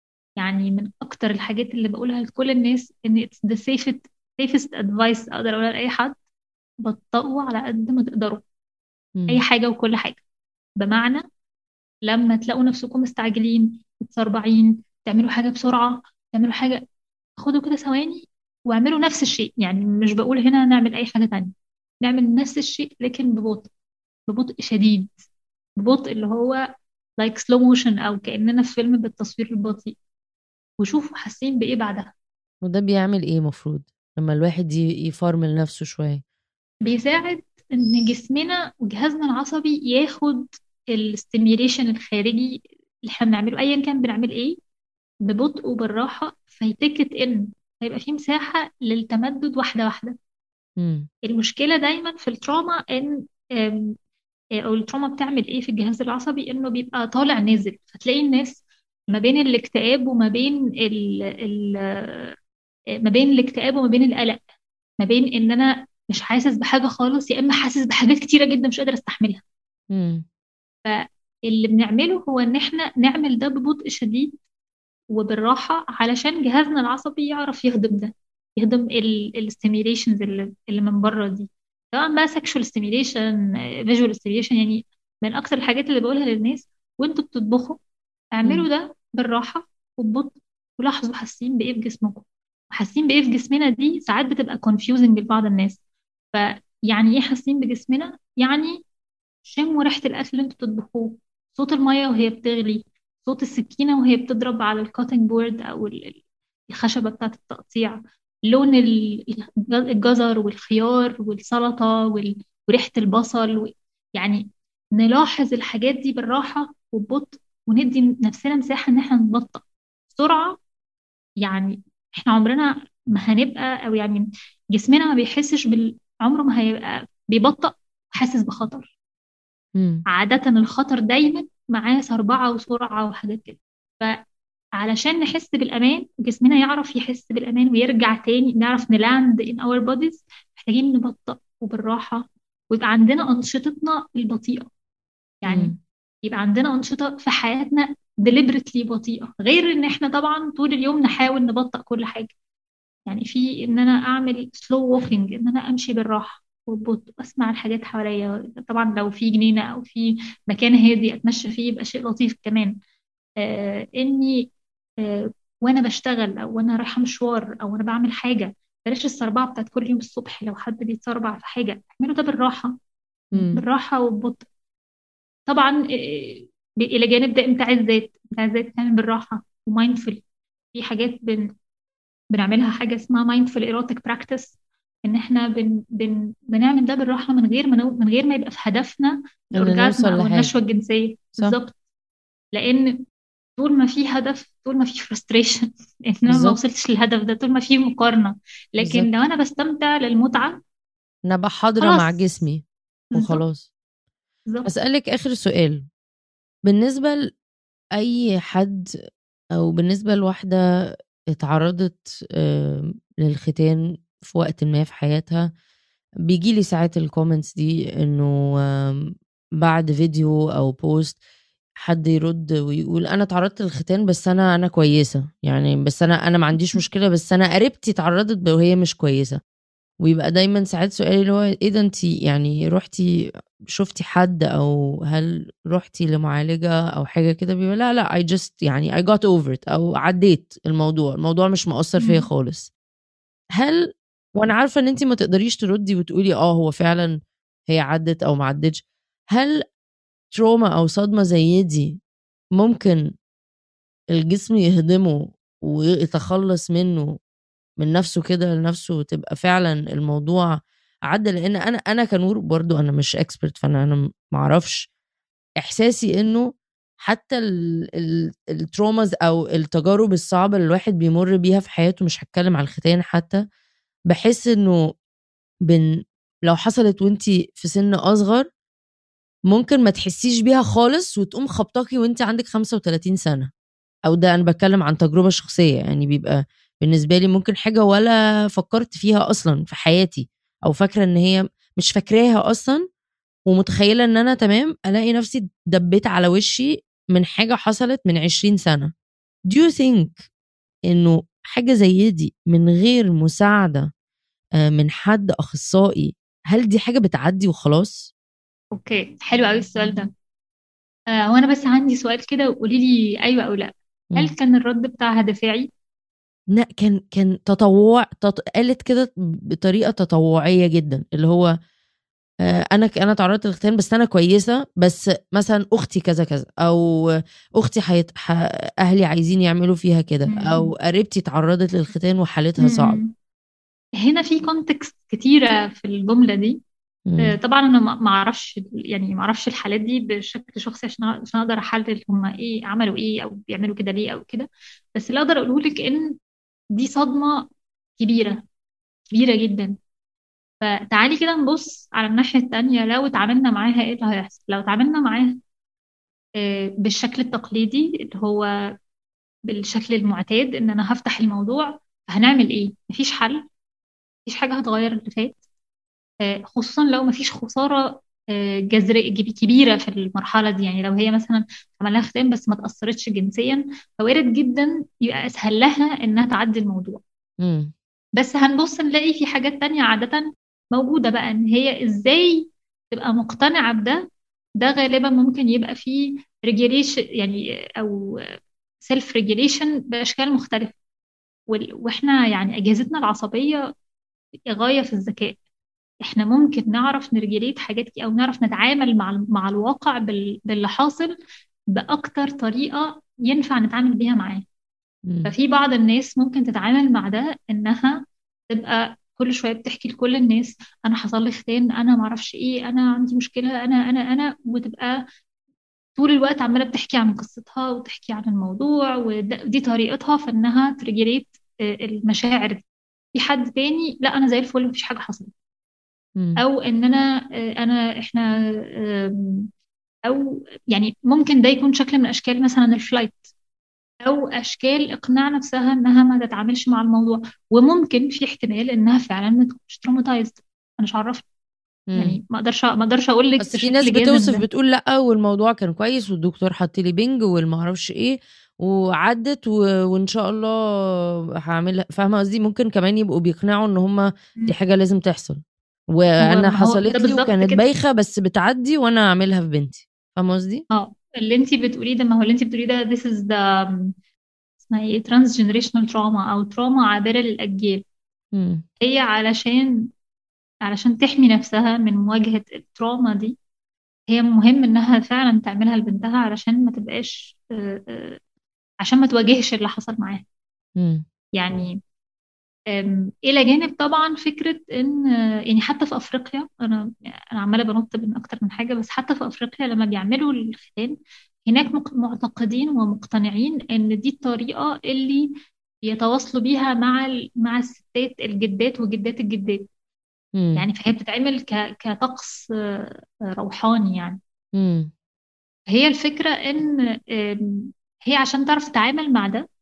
B: يعني من اكتر الحاجات اللي بقولها لكل الناس ان it's the safest safest advice اقدر اقولها لاي حد: بطئوا على قد ما تقدروا اي
A: مم.
B: حاجه وكل حاجه. بمعنى لما تلاقوا نفسكم مستعجلين متسربعين تعملوا حاجه بسرعه، تعملوا حاجه، خدوا كده ثواني واعملوا نفس الشيء. يعني مش بقول هنا نعمل اي حاجه تانية، نعمل نفس الشيء لكن ببطء، ببطء شديد، ببطء اللي هو like slow motion او كأننا في فيلم بالتصوير البطيء، وشوفوا حاسين بايه بعدها.
A: وده بيعمل ايه مفروض لما الواحد ي- يفرمل نفسه شوية؟
B: بيساعد ان جسمنا وجهازنا العصبي ياخد الستيميوليشن الخارجي اللي احنا بنعمله ايا كان بنعمل ايه ببطء وبالراحه، فيتكت ان هيبقى في مساحه للتمدد واحده واحده.
A: مم.
B: المشكله دايما في التراما ان آم، آه، او التراما بتعمل ايه في الجهاز العصبي، انه بيبقى طالع نازل. فتلاقي الناس ما بين الاكتئاب وما بين ال ال آه، ما بين الاكتئاب وما بين القلق، ما بين ان انا مش حاسس بحاجه خالص يا اما حاسس بحاجات كتيره جدا مش قادر استحملها.
A: مم.
B: فاللي بنعمله هو ان احنا نعمل ده ببطء شديد وبالراحه علشان جهازنا العصبي يعرف يهضم ده، يهضم الستيميليشنز اللي اللي من بره دي، سواء بقى سexual stimulation visual stimulation. يعني من اكتر الحاجات اللي بقولها للناس: وانتوا بتطبخوا اعملوا
A: مم.
B: ده بالراحه وببطء، ولاحظوا حاسين بايه في جسمكم. وحاسين بايه في جسمنا دي ساعات بتبقى confusing لبعض الناس. فيعني ايه حاسين بجسمنا؟ يعني شموا ريحة الأكل اللي انتوا بتطبخوه، صوت المية وهي بتغلي، صوت السكينة وهي بتضرب على الكاتنج بورد أو ال- ال- الخشبة بتاعة التقطيع، لون ال- الجزر والخيار والسلطة وال- وريحة البصل و... يعني نلاحظ الحاجات دي بالراحة وببطء، وندي نفسنا مساحة إن احنا نبطأ. بسرعة يعني احنا عمرنا ما هنبقى، او يعني جسمنا ما بيحسش بال عمره ما هيبقى بيبطأ حاسس بخطر.
A: مم.
B: عادة الخطر دايما معاه سربعة وسرعة وحاجات كده. فعلشان نحس بالأمان، جسمنا يعرف يحس بالأمان ويرجع تاني نعرف نلاند in our bodies، محتاجين نبطأ وبالراحة، ويبقى عندنا أنشطتنا البطيئة. يعني
A: مم.
B: يبقى عندنا أنشطة في حياتنا deliberately بطيئة، غير إن إحنا طبعا طول اليوم نحاول نبطأ كل حاجة. يعني في إن أنا أعمل slow walking، إن أنا أمشي بالراحة وببطء، أسمع الحاجات حواليا. طبعا لو في جنينة أو في مكان هادي أتمشى فيه يبقى شيء لطيف كمان. آه إني آه وأنا بشتغل أو وأنا رايحة مشوار أو وأنا بعمل حاجة، بلاش السربعة بتاعت كل يوم الصبح. لو حد بيتسربع في حاجة اعمله ده بالراحة،
A: مم.
B: بالراحة وببطء. طبعا آه، إلى جانب ده إمتاع الذات. إمتاع الذات كمان بالراحة ومايندفول. في حاجات بن بنعملها، حاجة اسمها mindful erotic practice، إن إحنا بن بن بنعمل ده بالراحة، من غير ما نو من غير ما يبقى في هدفنا
A: ان
B: الأورجازم
A: نوصل
B: أو النشوة
A: لحاجة.
B: الجنسية
A: صح.
B: بالظبط. لأن طول ما في هدف، طول ما في frustration إن أنا ما
A: بالظبط.
B: وصلتش للهدف ده، طول ما في مقارنة. لكن لو
A: بالظبط.
B: أنا بستمتع للمتعة،
A: انا بقى حاضرة مع
B: خلاص.
A: جسمي
B: بالظبط.
A: وخلاص.
B: بالظبط.
A: أسألك آخر سؤال. بالنسبة لأي حد أو بالنسبة لواحدة اتعرضت آم، للختان في وقت ما في حياتها، بيجيلي ساعات الكومنتس دي انه آم، بعد فيديو او بوست حد يرد ويقول انا اتعرضت للختان بس انا انا كويسة، يعني بس انا انا ما عنديش مشكلة، بس انا قريبتي اتعرضت وهي مش كويسة. ويبقى دايما ساعات سؤالي اللي هو ايه ده، انتي يعني روحتي شفتي حد او هل روحتي لمعالجة او حاجة كده؟ بيقول لا لا I just يعني I got over it او عديت الموضوع، الموضوع مش مؤثر فيا
B: مم.
A: خالص. هل، وانا عارفة ان انتي ما تقدريش تردي وتقولي اه هو فعلا هي عدت او ما عدتش، هل تروما او صدمة زي دي ممكن الجسم يهضمه ويتخلص منه من نفسه كده لنفسه وتبقى فعلا الموضوع عدى؟ لان انا انا كنور برضو انا مش اكسبرت، فانا انا ما اعرفش. احساسي انه حتى ال- ال- التروماز او التجارب الصعبه اللي الواحد بيمر بيها في حياته، مش هتكلم على الختان حتى، بحس انه بن لو حصلت وانتي في سن اصغر ممكن ما تحسيش بيها خالص وتقوم خبطاكي وانتي عندك خمسة وثلاثين سنه. او ده انا بتكلم عن تجربة شخصية، يعني بيبقى بالنسبة لي ممكن حاجة ولا فكرت فيها اصلا في حياتي، او فاكرة ان هي مش فاكراها اصلا، ومتخيلة ان انا تمام، الاقي نفسي دبيت على وشي من حاجة حصلت من عشرين سنة. Do you think انه حاجة زي دي من غير مساعدة آه، من حد اخصائي، هل دي حاجة بتعدي وخلاص؟
B: أوكي، حلو قوي السؤال ده. آه وأنا بس عندي سؤال كده، وقولي لي أيوة أو لأ. هل
A: مم.
B: كان الرد بتاعها دفاعي؟
A: لا، كان كان تطوع تط... قالت كده بطريقة تطوعية جدا، اللي هو آه، انا ك- انا تعرضت للختان بس انا كويسه، بس مثلا اختي كذا كذا، او اختي حيت... ح... اهلي عايزين يعملوا فيها كده، او
B: مم.
A: قريبتي تعرضت للختان وحالتها صعب.
B: مم. هنا في كونتكست كتيرة في الجملة دي. آه،
A: مم.
B: طبعا انا ما ما اعرفش، يعني ما اعرفش الحالات دي بشكل شخصي عشان عشان اقدر احلل هم ايه عملوا ايه او بيعملوا كده ليه او كده. بس اللي اقدر اقوله لك ان دي صدمة كبيرة، كبيرة جدا. فتعالي كده نبص على الناحية التانية. لو اتعاملنا معاها ايه اللي هيحصل؟ لو اتعاملنا معاها آه، بالشكل التقليدي اللي هو بالشكل المعتاد، ان انا هفتح الموضوع، هنعمل ايه؟ مفيش حل، مفيش حاجة هتغير اللي فات. آه، خصوصا لو مفيش خسارة آه، جذرية جب- كبيرة في المرحلة دي. يعني لو هي مثلا عملها ختان بس ما تأثرتش جنسيا، فوارد جدا يبقى أسهل لها إنها تعدي الموضوع.
A: مم.
B: بس هنبص نلاقي في حاجات تانية عادة موجودة بقى، إن هي إزاي تبقى مقتنعة بده. ده غالبا ممكن يبقى فيه ريجيليشن، يعني أو سيلف ريجيليشن بأشكال مختلفة. وال- وإحنا يعني أجهزتنا العصبية غاية في الذكاء. احنا ممكن نعرف نرجليت حاجات كي- او نعرف نتعامل مع ال- مع الواقع بال- باللي حاصل باكتر طريقة ينفع نتعامل بيها معاه.
A: مم.
B: ففي بعض الناس ممكن تتعامل مع ده انها تبقى كل شوية بتحكي لكل الناس انا حصل لي ختان، انا معرفش ايه، انا عندي مشكلة، انا انا انا وتبقى طول الوقت عمالة بتحكي عن قصتها وتحكي عن الموضوع، ودي طريقتها في انها ترجليت المشاعر. في حد تاني لا انا زي الفل مفيش حاجه حصلت.
A: مم.
B: او ان انا انا احنا آم، او يعني ممكن ده يكون شكل من اشكال مثلا الفلايت، او اشكال اقناع نفسها انها ما تتعاملش مع الموضوع. وممكن في احتمال انها فعلا ما تكونش تروماتايزد، انا مش عارفه.
A: مم.
B: يعني ما اقدرش ما اقدرش اقول لك
A: بس في ناس
B: بشكل جازم
A: بتوصف
B: ده.
A: بتقول لا والموضوع كان كويس والدكتور حط لي بنج والمعرفش ايه وعدت و... وان شاء الله هعملها. فاهمه قصدي؟ ممكن كمان يبقوا بيقنعوا ان هما دي حاجه لازم تحصل،
B: هو
A: وانا
B: ما هو ده
A: حصلت لي
B: بالظبط
A: وكانت
B: كده.
A: بايخه بس بتعدي وانا اعملها في بنتي. فاهمه قصدي؟
B: اه اللي انت بتقوليه ده، ما هو اللي انت بتقوليه ده this is the اسمها ايه trans generational trauma او تراما عابرة للأجيال.
A: مم.
B: هي علشان علشان تحمي نفسها من مواجهة التراما دي، هي مهم انها فعلا تعملها لبنتها علشان ما تبقاش آه، آه، عشان ما تواجهش اللي حصل معاها.
A: مم.
B: يعني أم، إلى جانب طبعا فكرة إن آه، يعني حتى في أفريقيا، أنا أنا عمالة بنط من أكتر من حاجة، بس حتى في أفريقيا لما بيعملوا الختان هناك مق- معتقدين ومقتنعين إن دي الطريقة اللي يتواصلوا بيها مع ال- مع الستات الجدات وجدات الجدات.
A: مم.
B: يعني فهي بتتعمل ك- كطقس آه، آه، روحاني يعني.
A: مم.
B: هي الفكرة إن آم، هي عشان تعرف تتعامل مع ده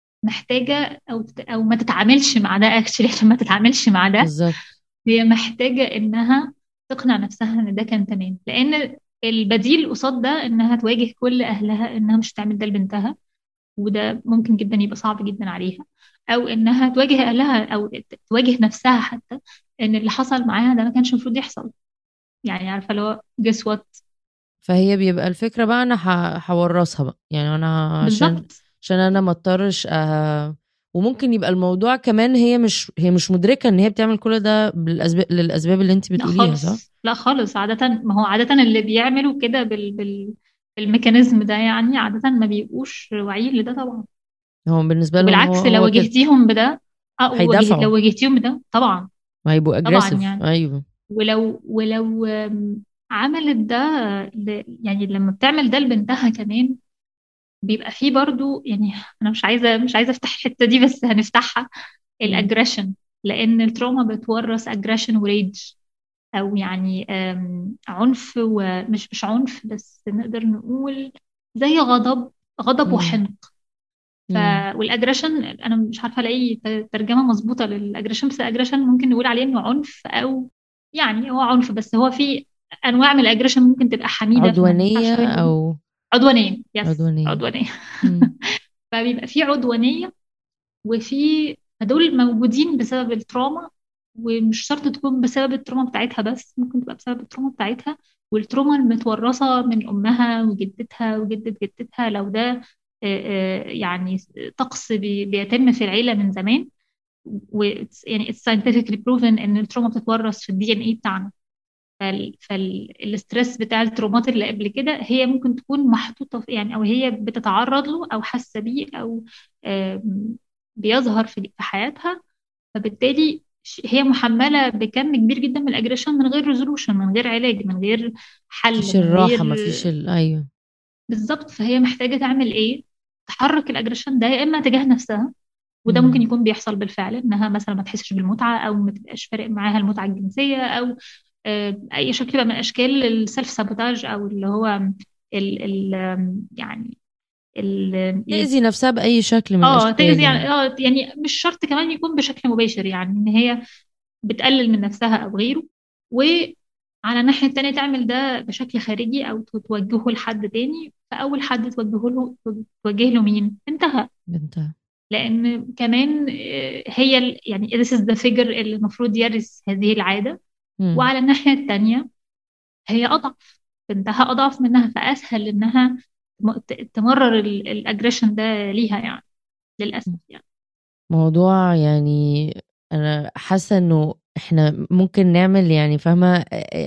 B: محتاجة أو تت- أو ما تتعاملش مع ده اكشلي عشان ما تتعاملش مع ده
A: بالظبط.
B: هي محتاجة إنها تقنع نفسها إن ده كان تمام. لأن البديل قصاد ده إنها تواجه كل أهلها إنها مش تعمل ده لبنتها، وده ممكن جدا يبقى صعب جدا عليها. أو إنها تواجه أهلها أو تواجه نفسها حتى إن اللي حصل معاها ده ما كانش المفروض يحصل. يعني عارفة اللي هو guess what.
A: فهي بيبقى الفكره بقى انا ح- هورثها بقى يعني انا عشان
B: بالظبط.
A: عشان انا ما اضطرش أه... وممكن يبقى الموضوع كمان هي مش هي مش مدركه ان هي بتعمل كل ده بالاسباب للاسباب اللي انت
B: لا
A: بتقوليها، صح؟
B: خالص لا خالص. عادة ما هو عادة اللي بيعملوا كده بال... بال... بالميكانيزم ده يعني عادة ما بيبقوش واعيين لده طبعا.
A: هو بالنسبه لهم هو
B: وبالعكس لو
A: هو كده
B: واجهتيهم بده، اه وواجه-
A: هيدافعوا
B: لو واجهتيهم بده طبعا.
A: وهيبقوا
B: طبعا
A: اجريسيف.
B: يعني.
A: ايوه.
B: ولو ولو آم، عملت ده ل- يعني لما بتعمل ده لبنتها كمان بيبقى فيه برضو يعني. انا مش عايزه مش عايزه افتح الحته دي بس هنفتحها.
A: مم.
B: الاجريشن. لان التروما بتورث اجريشن وريج، او يعني آم، عنف ومش مش عنف بس نقدر نقول زي غضب غضب
A: مم.
B: وحنق. ف
A: مم.
B: والاجريشن انا مش عارفه الاقي ت- ترجمه مظبوطه للاجريشن، بس الاجريشن ممكن نقول عليه انه عنف، او يعني هو عنف بس هو في انواع من الاجريشن ممكن تبقى حميده فما
A: عدوانيه
B: ننفعش قوي نقول.
A: او
B: عدوانيه، يس
A: عدوانيه.
B: عدوانيه.
A: مم.
B: فبيبقى في عدوانيه، وفي فدول موجودين بسبب التراما. ومش شرط تكون بسبب التراما بتاعتها بس، ممكن تبقى بسبب التراما بتاعتها والتراما المتورثة من أمها وجدتها وجدة جدتها. لو ده آه، آه، يعني طقس بي- بيتم في العيلة من زمان. و يعني it's scientifically proven إن التراما بتتورث في الدي إن إيه بتاعنا. فال فالستريس بتاع الترومات اللي قبل كده هي ممكن تكون محطوطة في يعني، أو هي بتتعرض له أو حاسة بيه أو آم، بيظهر في في حياتها. فبالتالي ش- هي محملة بكم كبير جدا من الأجريشن من غير ريزولوشن، من غير علاج، من غير
A: مفيش
B: حل، من غير.
A: الراحه مفيش ال... ايوه.
B: بالظبط. فهي محتاجة تعمل إيه؟ تحرك الأجريشن ده يا إما تجاه نفسها، وده ممكن
A: مم.
B: يكون بيحصل بالفعل إنها مثلا ما تحسش بالمتعة أو ما تبقاش فارق معاها المتعة الجنسية، أو آه، أي شكل بقى من أشكال السيلف سابوتاج، أو اللي هو ال ال يعني ال إيه؟
A: تأذي نفسها بأي شكل من
B: اه
A: الأشكال
B: تأذي يعني.
A: يعني.
B: اه يعني مش شرط كمان يكون بشكل مباشر، يعني ان هي بتقلل من نفسها او غيره. وعلى الناحية التانية تعمل ده بشكل خارجي او توجهه لحد تاني. فاول حد توجهه له توجه له مين؟ انتهى.
A: بنتها.
B: لان كمان آه، هي ال- يعني this is the figure اللي المفروض يرث هذه العادة.
A: مم.
B: وعلى الناحية التانية هي اضعف، بنتها اضعف منها، فاسهل انها م- ت- تمرر الاجريشن ده ليها يعني، للاسف يعني.
A: موضوع يعني انا حاسه انه احنا ممكن نعمل يعني فاهمه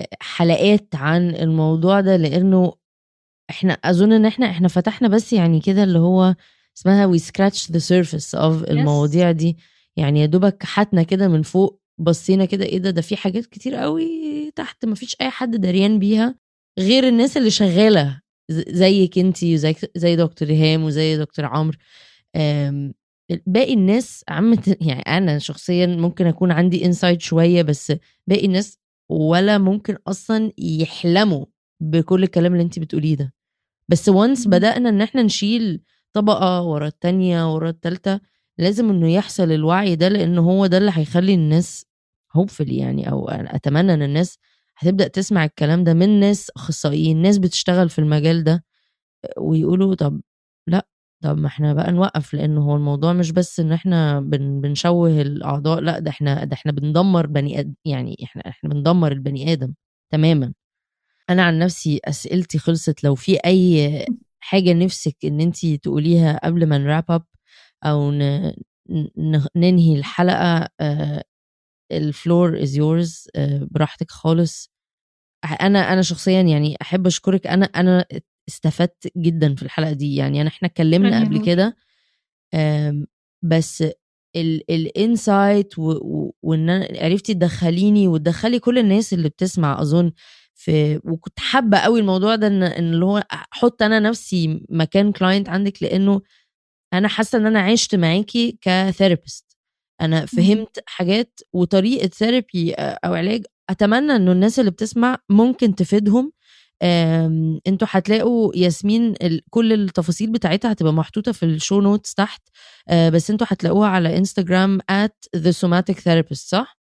A: حلقات عن الموضوع ده، لانه احنا اظن ان احنا احنا فتحنا بس يعني كده اللي هو اسمها we scratch the surface of
B: يس.
A: المواضيع دي. يعني يا دوبك كحتنا كده من فوق، بصينا كده ايه ده ده في حاجات كتير قوي تحت مفيش اي حد دريان بيها غير الناس اللي شغاله ز- زيك انتي وزي زي دكتور ريهام وزي دكتور عمرو. آم، باقي الناس عامة يعني أنا شخصيا ممكن أكون عندي انسايد شوية، بس باقي الناس ولا ممكن أصلا يحلموا بكل الكلام اللي انتي بتقوليه ده. بس وانس
B: مم.
A: بدأنا ان احنا نشيل طبقة ورا التانية ورا التالتة، لازم انه يحصل الوعي ده، لان هو ده اللي هيخلي الناس hopefully يعني، او أنا اتمنى ان الناس هتبدأ تسمع الكلام ده من ناس اخصائيين، ناس بتشتغل في المجال ده، ويقولوا طب لا، طب ما احنا بقى نوقف، لان هو الموضوع مش بس ان احنا بن بنشوه الاعضاء، لا ده احنا ده احنا بندمر بني ادم، يعني احنا احنا بندمر البني ادم تماما. انا عن نفسي اسئلتي خلصت. لو في اي حاجة نفسك ان انتي تقوليها قبل ما نراب اب او ن... ن... ننهي الحلقة، الفلور از يورز، براحتك خالص. انا انا شخصيا يعني احب اشكرك، انا انا استفدت جدا في الحلقة دي، يعني انا احنا
B: شكرا
A: اتكلمنا
B: يا
A: قبل
B: نور.
A: كده، آم، بس الانسايت وان أنا عرفتي تدخليني وتدخلي كل الناس اللي بتسمع اظن في، وكنت حابه قوي الموضوع ده، ان إن اللي هو احط انا نفسي مكان كلاينت عندك، لانه انا حاسه ان انا عشت معاكي كثيرابيست، انا
B: مم.
A: فهمت حاجات وطريقه ثيرابي او علاج، اتمنى انه الناس اللي بتسمع ممكن تفيدهم. آم، انتوا هتلاقوا ياسمين ال- كل التفاصيل بتاعتها هتبقى محطوطه في الشو نوتس تحت، آه، بس انتوا هتلاقوها على انستغرام at the somatic therapist، صح؟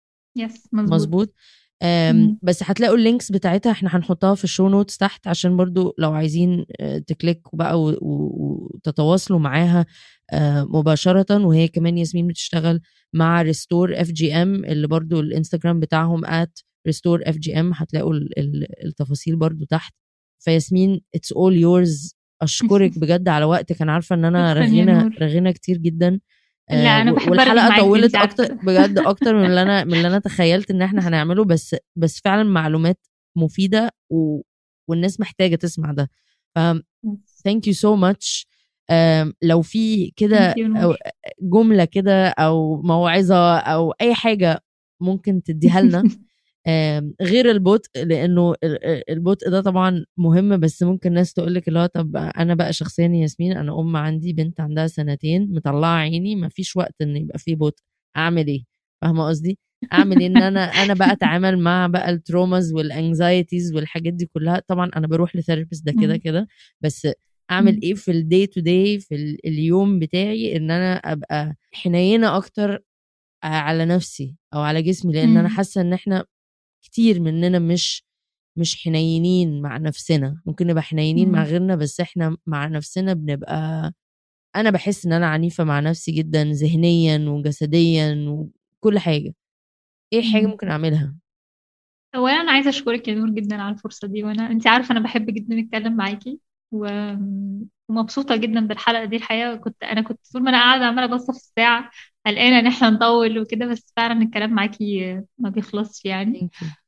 B: يس مظبوط.
A: مظبوط. أم،
B: مم.
A: بس هتلاقوا اللينكس بتاعتها احنا هنحطها في الشو نوتس تحت، عشان برضو لو عايزين آه، تكليكوا بقى و- و- وتتواصلوا معاها آه، مباشرة. وهي كمان ياسمين بتشتغل مع ريستور اف جي ام، اللي برضو الانستجرام بتاعهم at ريستور اف جي ام، هتلاقوا ال- ال- التفاصيل برضو تحت. فياسمين it's all yours. اشكرك بجد على وقتك، انا عارفة ان انا
B: شكرا يا
A: رغينا
B: نور.
A: رغينا كتير جدا،
B: لا
A: آه،
B: انا
A: و-
B: بحب ارغي
A: والحلقه
B: معاكي
A: طولت
B: انت
A: اكتر
B: عارفه.
A: بجد، اكتر من اللي انا من اللي انا تخيلت ان احنا هنعمله، بس بس فعلا معلومات مفيده و... والناس محتاجه تسمع ده. ف thank you so much. آم، لو في
B: ثانك
A: كده
B: يو نور.
A: أو جمله كده او موعظه او اي حاجه ممكن تديها لنا، آم، غير البطء، لانه ال- ال- البطء ده طبعا مهم، بس ممكن ناس تقولك اللي هو طب انا بقى شخصيا ياسمين، انا ام عندي بنت عندها سنتين مطلعه عيني، ما فيش وقت ان يبقى فيه بطء، اعمل ايه؟ فاهمه قصدي؟ اعمل إيه؟ ان انا انا بقى اتعامل مع بقى التروماز والانكزايتيز والحاجات دي كلها، طبعا انا بروح لثيرابيست ده كده
B: مم.
A: كده، بس اعمل
B: مم.
A: ايه في الدي تو دي في ال- اليوم بتاعي، ان انا ابقى حنينه اكتر على نفسي او على جسمي، لان انا
B: مم.
A: حاسه ان احنا كتير مننا مش مش حنينين مع نفسنا، ممكن نبقى حنينين مع
B: مم.
A: غيرنا، بس احنا مع نفسنا بنبقى، انا بحس ان انا عنيفة مع نفسي جدا ذهنيا وجسديا وكل حاجة. ايه حاجة
B: مم.
A: ممكن اعملها؟
B: اولا انا عايزه اشكرك يا نور جدا على الفرصه دي، وانا انت عارفه انا بحب جدا اتكلم معاكي و... ومبسوطه جدا بالحلقه دي الحقيقه. كنت انا كنت طول ما انا قاعده عماله ابص في الساعه قلقانه ان احنا نطول وكده، بس فعلا الكلام معاكي ما بيخلصش يعني.
A: Thank you.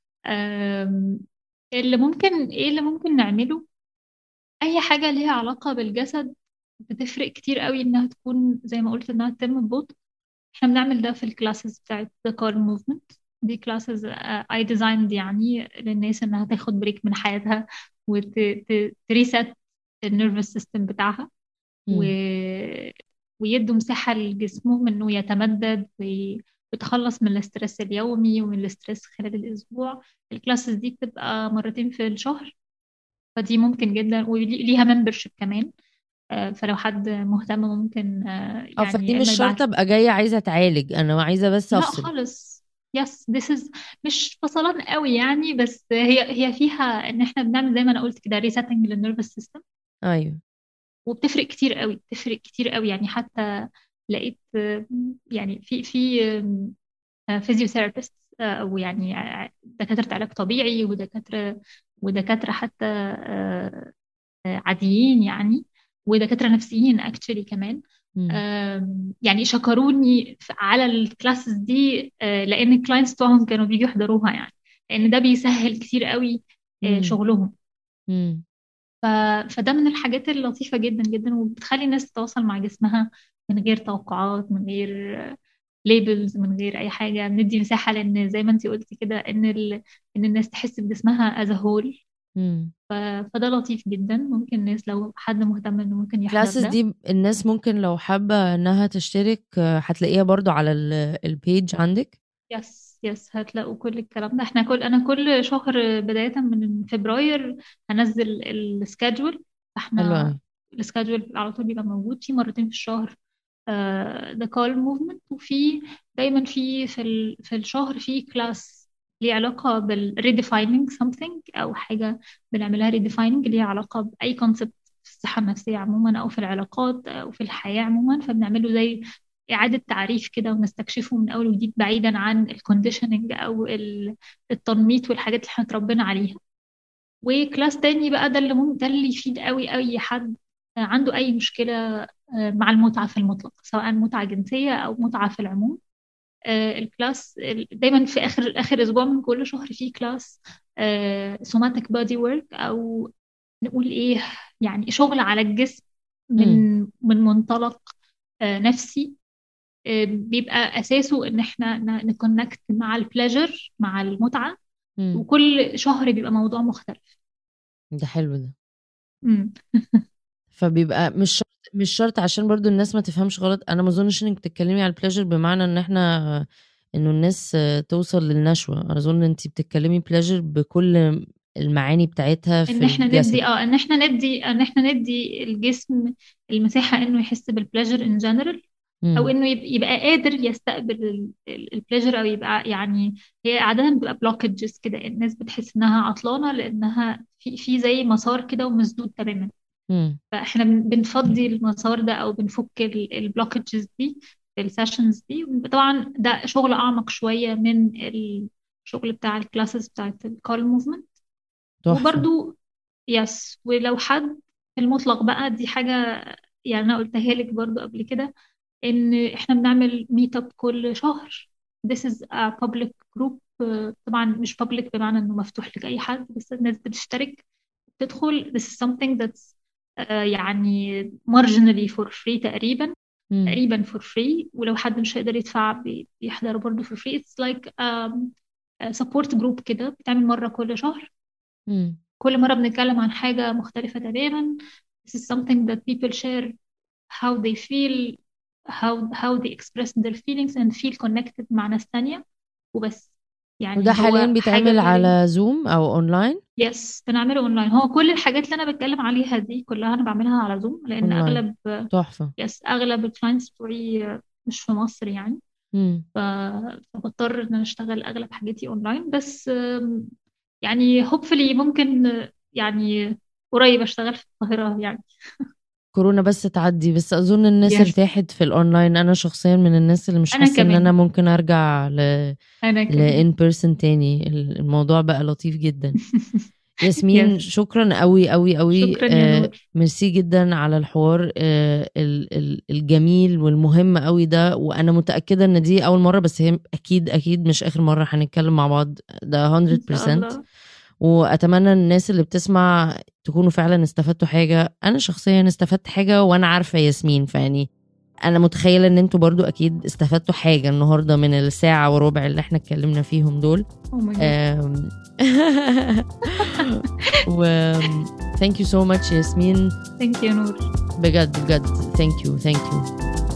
B: أم، اللي ممكن ايه اللي ممكن نعمله، اي حاجه ليها علاقه بالجسد بتفرق كتير قوي انها تكون زي ما قلت انها تتم ببطء. احنا بنعمل ده في الكلاسز بتاعت the car movement. دي كلاسز اي ديزايند يعني للناس انها تاخد بريك من حياتها وتريست النيرفس سيستم بتاعها و...
A: مم.
B: ويدوا مساحة لجسمهم انه يتمدد وي- ويتخلص من الاسترس اليومي ومن الاسترس خلال الاسبوع. الكلاسز دي بتبقى مرتين في الشهر، فدي ممكن جدا وليها ممبرشيب كمان. آه، فلو حد مهتم ممكن آه،
A: اه،
B: يعني
A: فدي
B: يا
A: مش
B: اما
A: شرط
B: يبعت.
A: ابقى جاية عايزة اتعالج، انا عايزة بس
B: لا
A: افصل.
B: خالص. يس this is مش فصلان قوي يعني، بس هي هي فيها ان احنا بنعمل زي ما انا قلت كده ريسيتنج للنيرفس سيستم.
A: ايوه.
B: وبتفرق كتير قوي، بتفرق كتير قوي يعني. حتى لقيت آه، يعني في في فيزيوثيرابيست او يعني ع- دكاترة علاج طبيعي ودكاترة ودكاترة حتى آه، آه، عاديين يعني، ودكاترة نفسيين اكشلي كمان.
A: مم.
B: آم، يعني شكروني ف- على الكلاسز دي، آه، لان الكلاينتس بتوعهم كانوا بيجوا يحضروها يعني، لان ده بيسهل كتير قوي آه،
A: مم.
B: شغلهم.
A: مم.
B: ف... فده من الحاجات اللطيفة جدا جدا، وبتخلي الناس تتواصل مع جسمها من غير توقعات، من غير ليبلز، من غير اي حاجة. بندي مساحة لان زي ما انتي قلتي كده ان ال... ان الناس تحس بجسمها as a whole.
A: مم.
B: ف... فده لطيف جدا، ممكن الناس لو حد مهتم انه ممكن يحضر
A: كلاسز
B: ده.
A: دي الناس ممكن لو حابة انها تشترك آه، هتلاقيها برضو على البيج عندك.
B: يس يس هتلاقوا كل الكلام ده. احنا كل انا كل شهر بداية من فبراير هنزل السكادجول.
A: حلو
B: احنا
A: قوي.
B: السكادجول على طول بيبقى موجود في مرتين في الشهر، ذا كال موفمنت، وفي دايما في في ال في الشهر في كلاس ليه علاقة بال redefining something أو حاجة بنعملها redefining ليها علاقة بأي concept في الصحة النفسية عموما أو في العلاقات أو في الحياة عموما. فبنعمله زي إعادة تعريف كده ونستكشفه من أول وجديد بعيدا عن الكونديشننج أو ال- التنميط والحاجات اللي احنا اتربينا عليها. وكلاس تاني بقى ده اللي مم... ده اللي يفيد قوي أي حد عنده أي مشكلة مع المتعة في المطلق، سواء متعة جنسية أو متعة في العموم. آه، الكلاس ال- دايما في آخر آخر أسبوع من كل شهر في كلاس سوماتيك بادي ورك، أو نقول إيه يعني شغل على الجسم
A: مم.
B: من من منطلق آه، نفسي. آه، بيبقى أساسه إن إحنا نكونكت مع البلاجر، مع المتعة.
A: مم.
B: وكل شهر بيبقى موضوع مختلف.
A: ده حلو ده.
B: مم.
A: فبيبقى مش شرط مش شرط عشان برضو الناس ما تفهمش غلط. انا ما اظنش انك بتتكلمي على البلاجر بمعنى ان احنا انه الناس توصل للنشوة. انا اظن انت بتتكلمي بلاجر بكل المعاني بتاعتها في
B: ان احنا
A: الجسد.
B: ندي اه ان احنا ندي ان احنا ندي الجسم المساحة انه يحس بالبليجر ان جنرال، او
A: مم.
B: انه يبقى, يبقى قادر يستقبل البليجر، او يبقى يعني هي عادة بتبقى بلوكجز كده، الناس بتحس انها عطلانة لانها في في زي مسار كده ومسدود تماما.
A: مم.
B: فاحنا بن- بنفضي المسار ده او بنفك البلوكجز دي في السيشنز دي. طبعا ده شغل اعمق شوية من الشغل بتاع الكلاسز بتاعت الكال موفمنت.
A: تحفة.
B: وبرضو يس، ولو حد في المطلق بقى دي حاجة يعني أنا قلتها لك برضو قبل كده، إن إحنا بنعمل ميت أب كل شهر. This is a public group. آه، طبعا مش public بمعنى إنه مفتوح لك أي حد، بس الناس بتشترك تدخل. This is something that's آه، يعني marginally for free تقريبا.
A: مم.
B: تقريبا for free، ولو حد مش هيقدر يدفع بي- بيحضر برضو for free. It's like um, a support group كده بتعمل مرة كل شهر.
A: مم.
B: كل مرة بنتكلم عن حاجة مختلفة تماما. This is something that people share how they feel, how how they express their feelings and feel connected مع ناس تانية وبس.
A: وده
B: يعني
A: حاليا
B: هو حاجة
A: بيتعمل
B: very
A: على زوم او اونلاين؟
B: yes بنعمله اونلاين. هو كل الحاجات اللي انا بتكلم عليها دي كلها انا بعملها على زوم، لان
A: اونلاين.
B: اغلب
A: تحفة.
B: yes اغلب الكلاينتس بتوعي مش في مصر يعني.
A: مم.
B: ف... فبضطر ان انا اشتغل اغلب حاجاتي اونلاين. بس um, يعني hopefully ممكن يعني قريب اشتغل في القاهرة يعني.
A: كورونا بس تعدي، بس اظن الناس
B: يس
A: ارتاحت في الاونلاين. انا شخصيا من الناس اللي مش
B: انا
A: حاسة ان انا
B: كمان
A: ممكن ارجع ل
B: انا
A: ل
B: كمان
A: in person تاني. الموضوع بقى لطيف جدا. ياسمين،
B: يس
A: شكرا قوي قوي قوي.
B: شكرا يا
A: آه
B: نور.
A: ميرسي جدا على الحوار آه ال- ال- الجميل والمهم قوي ده. وانا متأكدة ان دي اول مرة، بس هي اكيد اكيد مش اخر مرة هنتكلم مع بعض، ده
B: ان شاء
A: مية بالمية.
B: الله.
A: واتمنى الناس اللي بتسمع تكونوا فعلا استفدتوا حاجة. انا شخصيا استفدت حاجة، وانا عارفة ياسمين، فيعني انا متخيلة ان انتوا برضو اكيد استفدتوا حاجة النهاردة من الساعة وربع اللي احنا اتكلمنا فيهم دول.
B: Oh my God.
A: أم... و thank you so much ياسمين.
B: Thank you يا نور.
A: بجد بجد thank you thank you.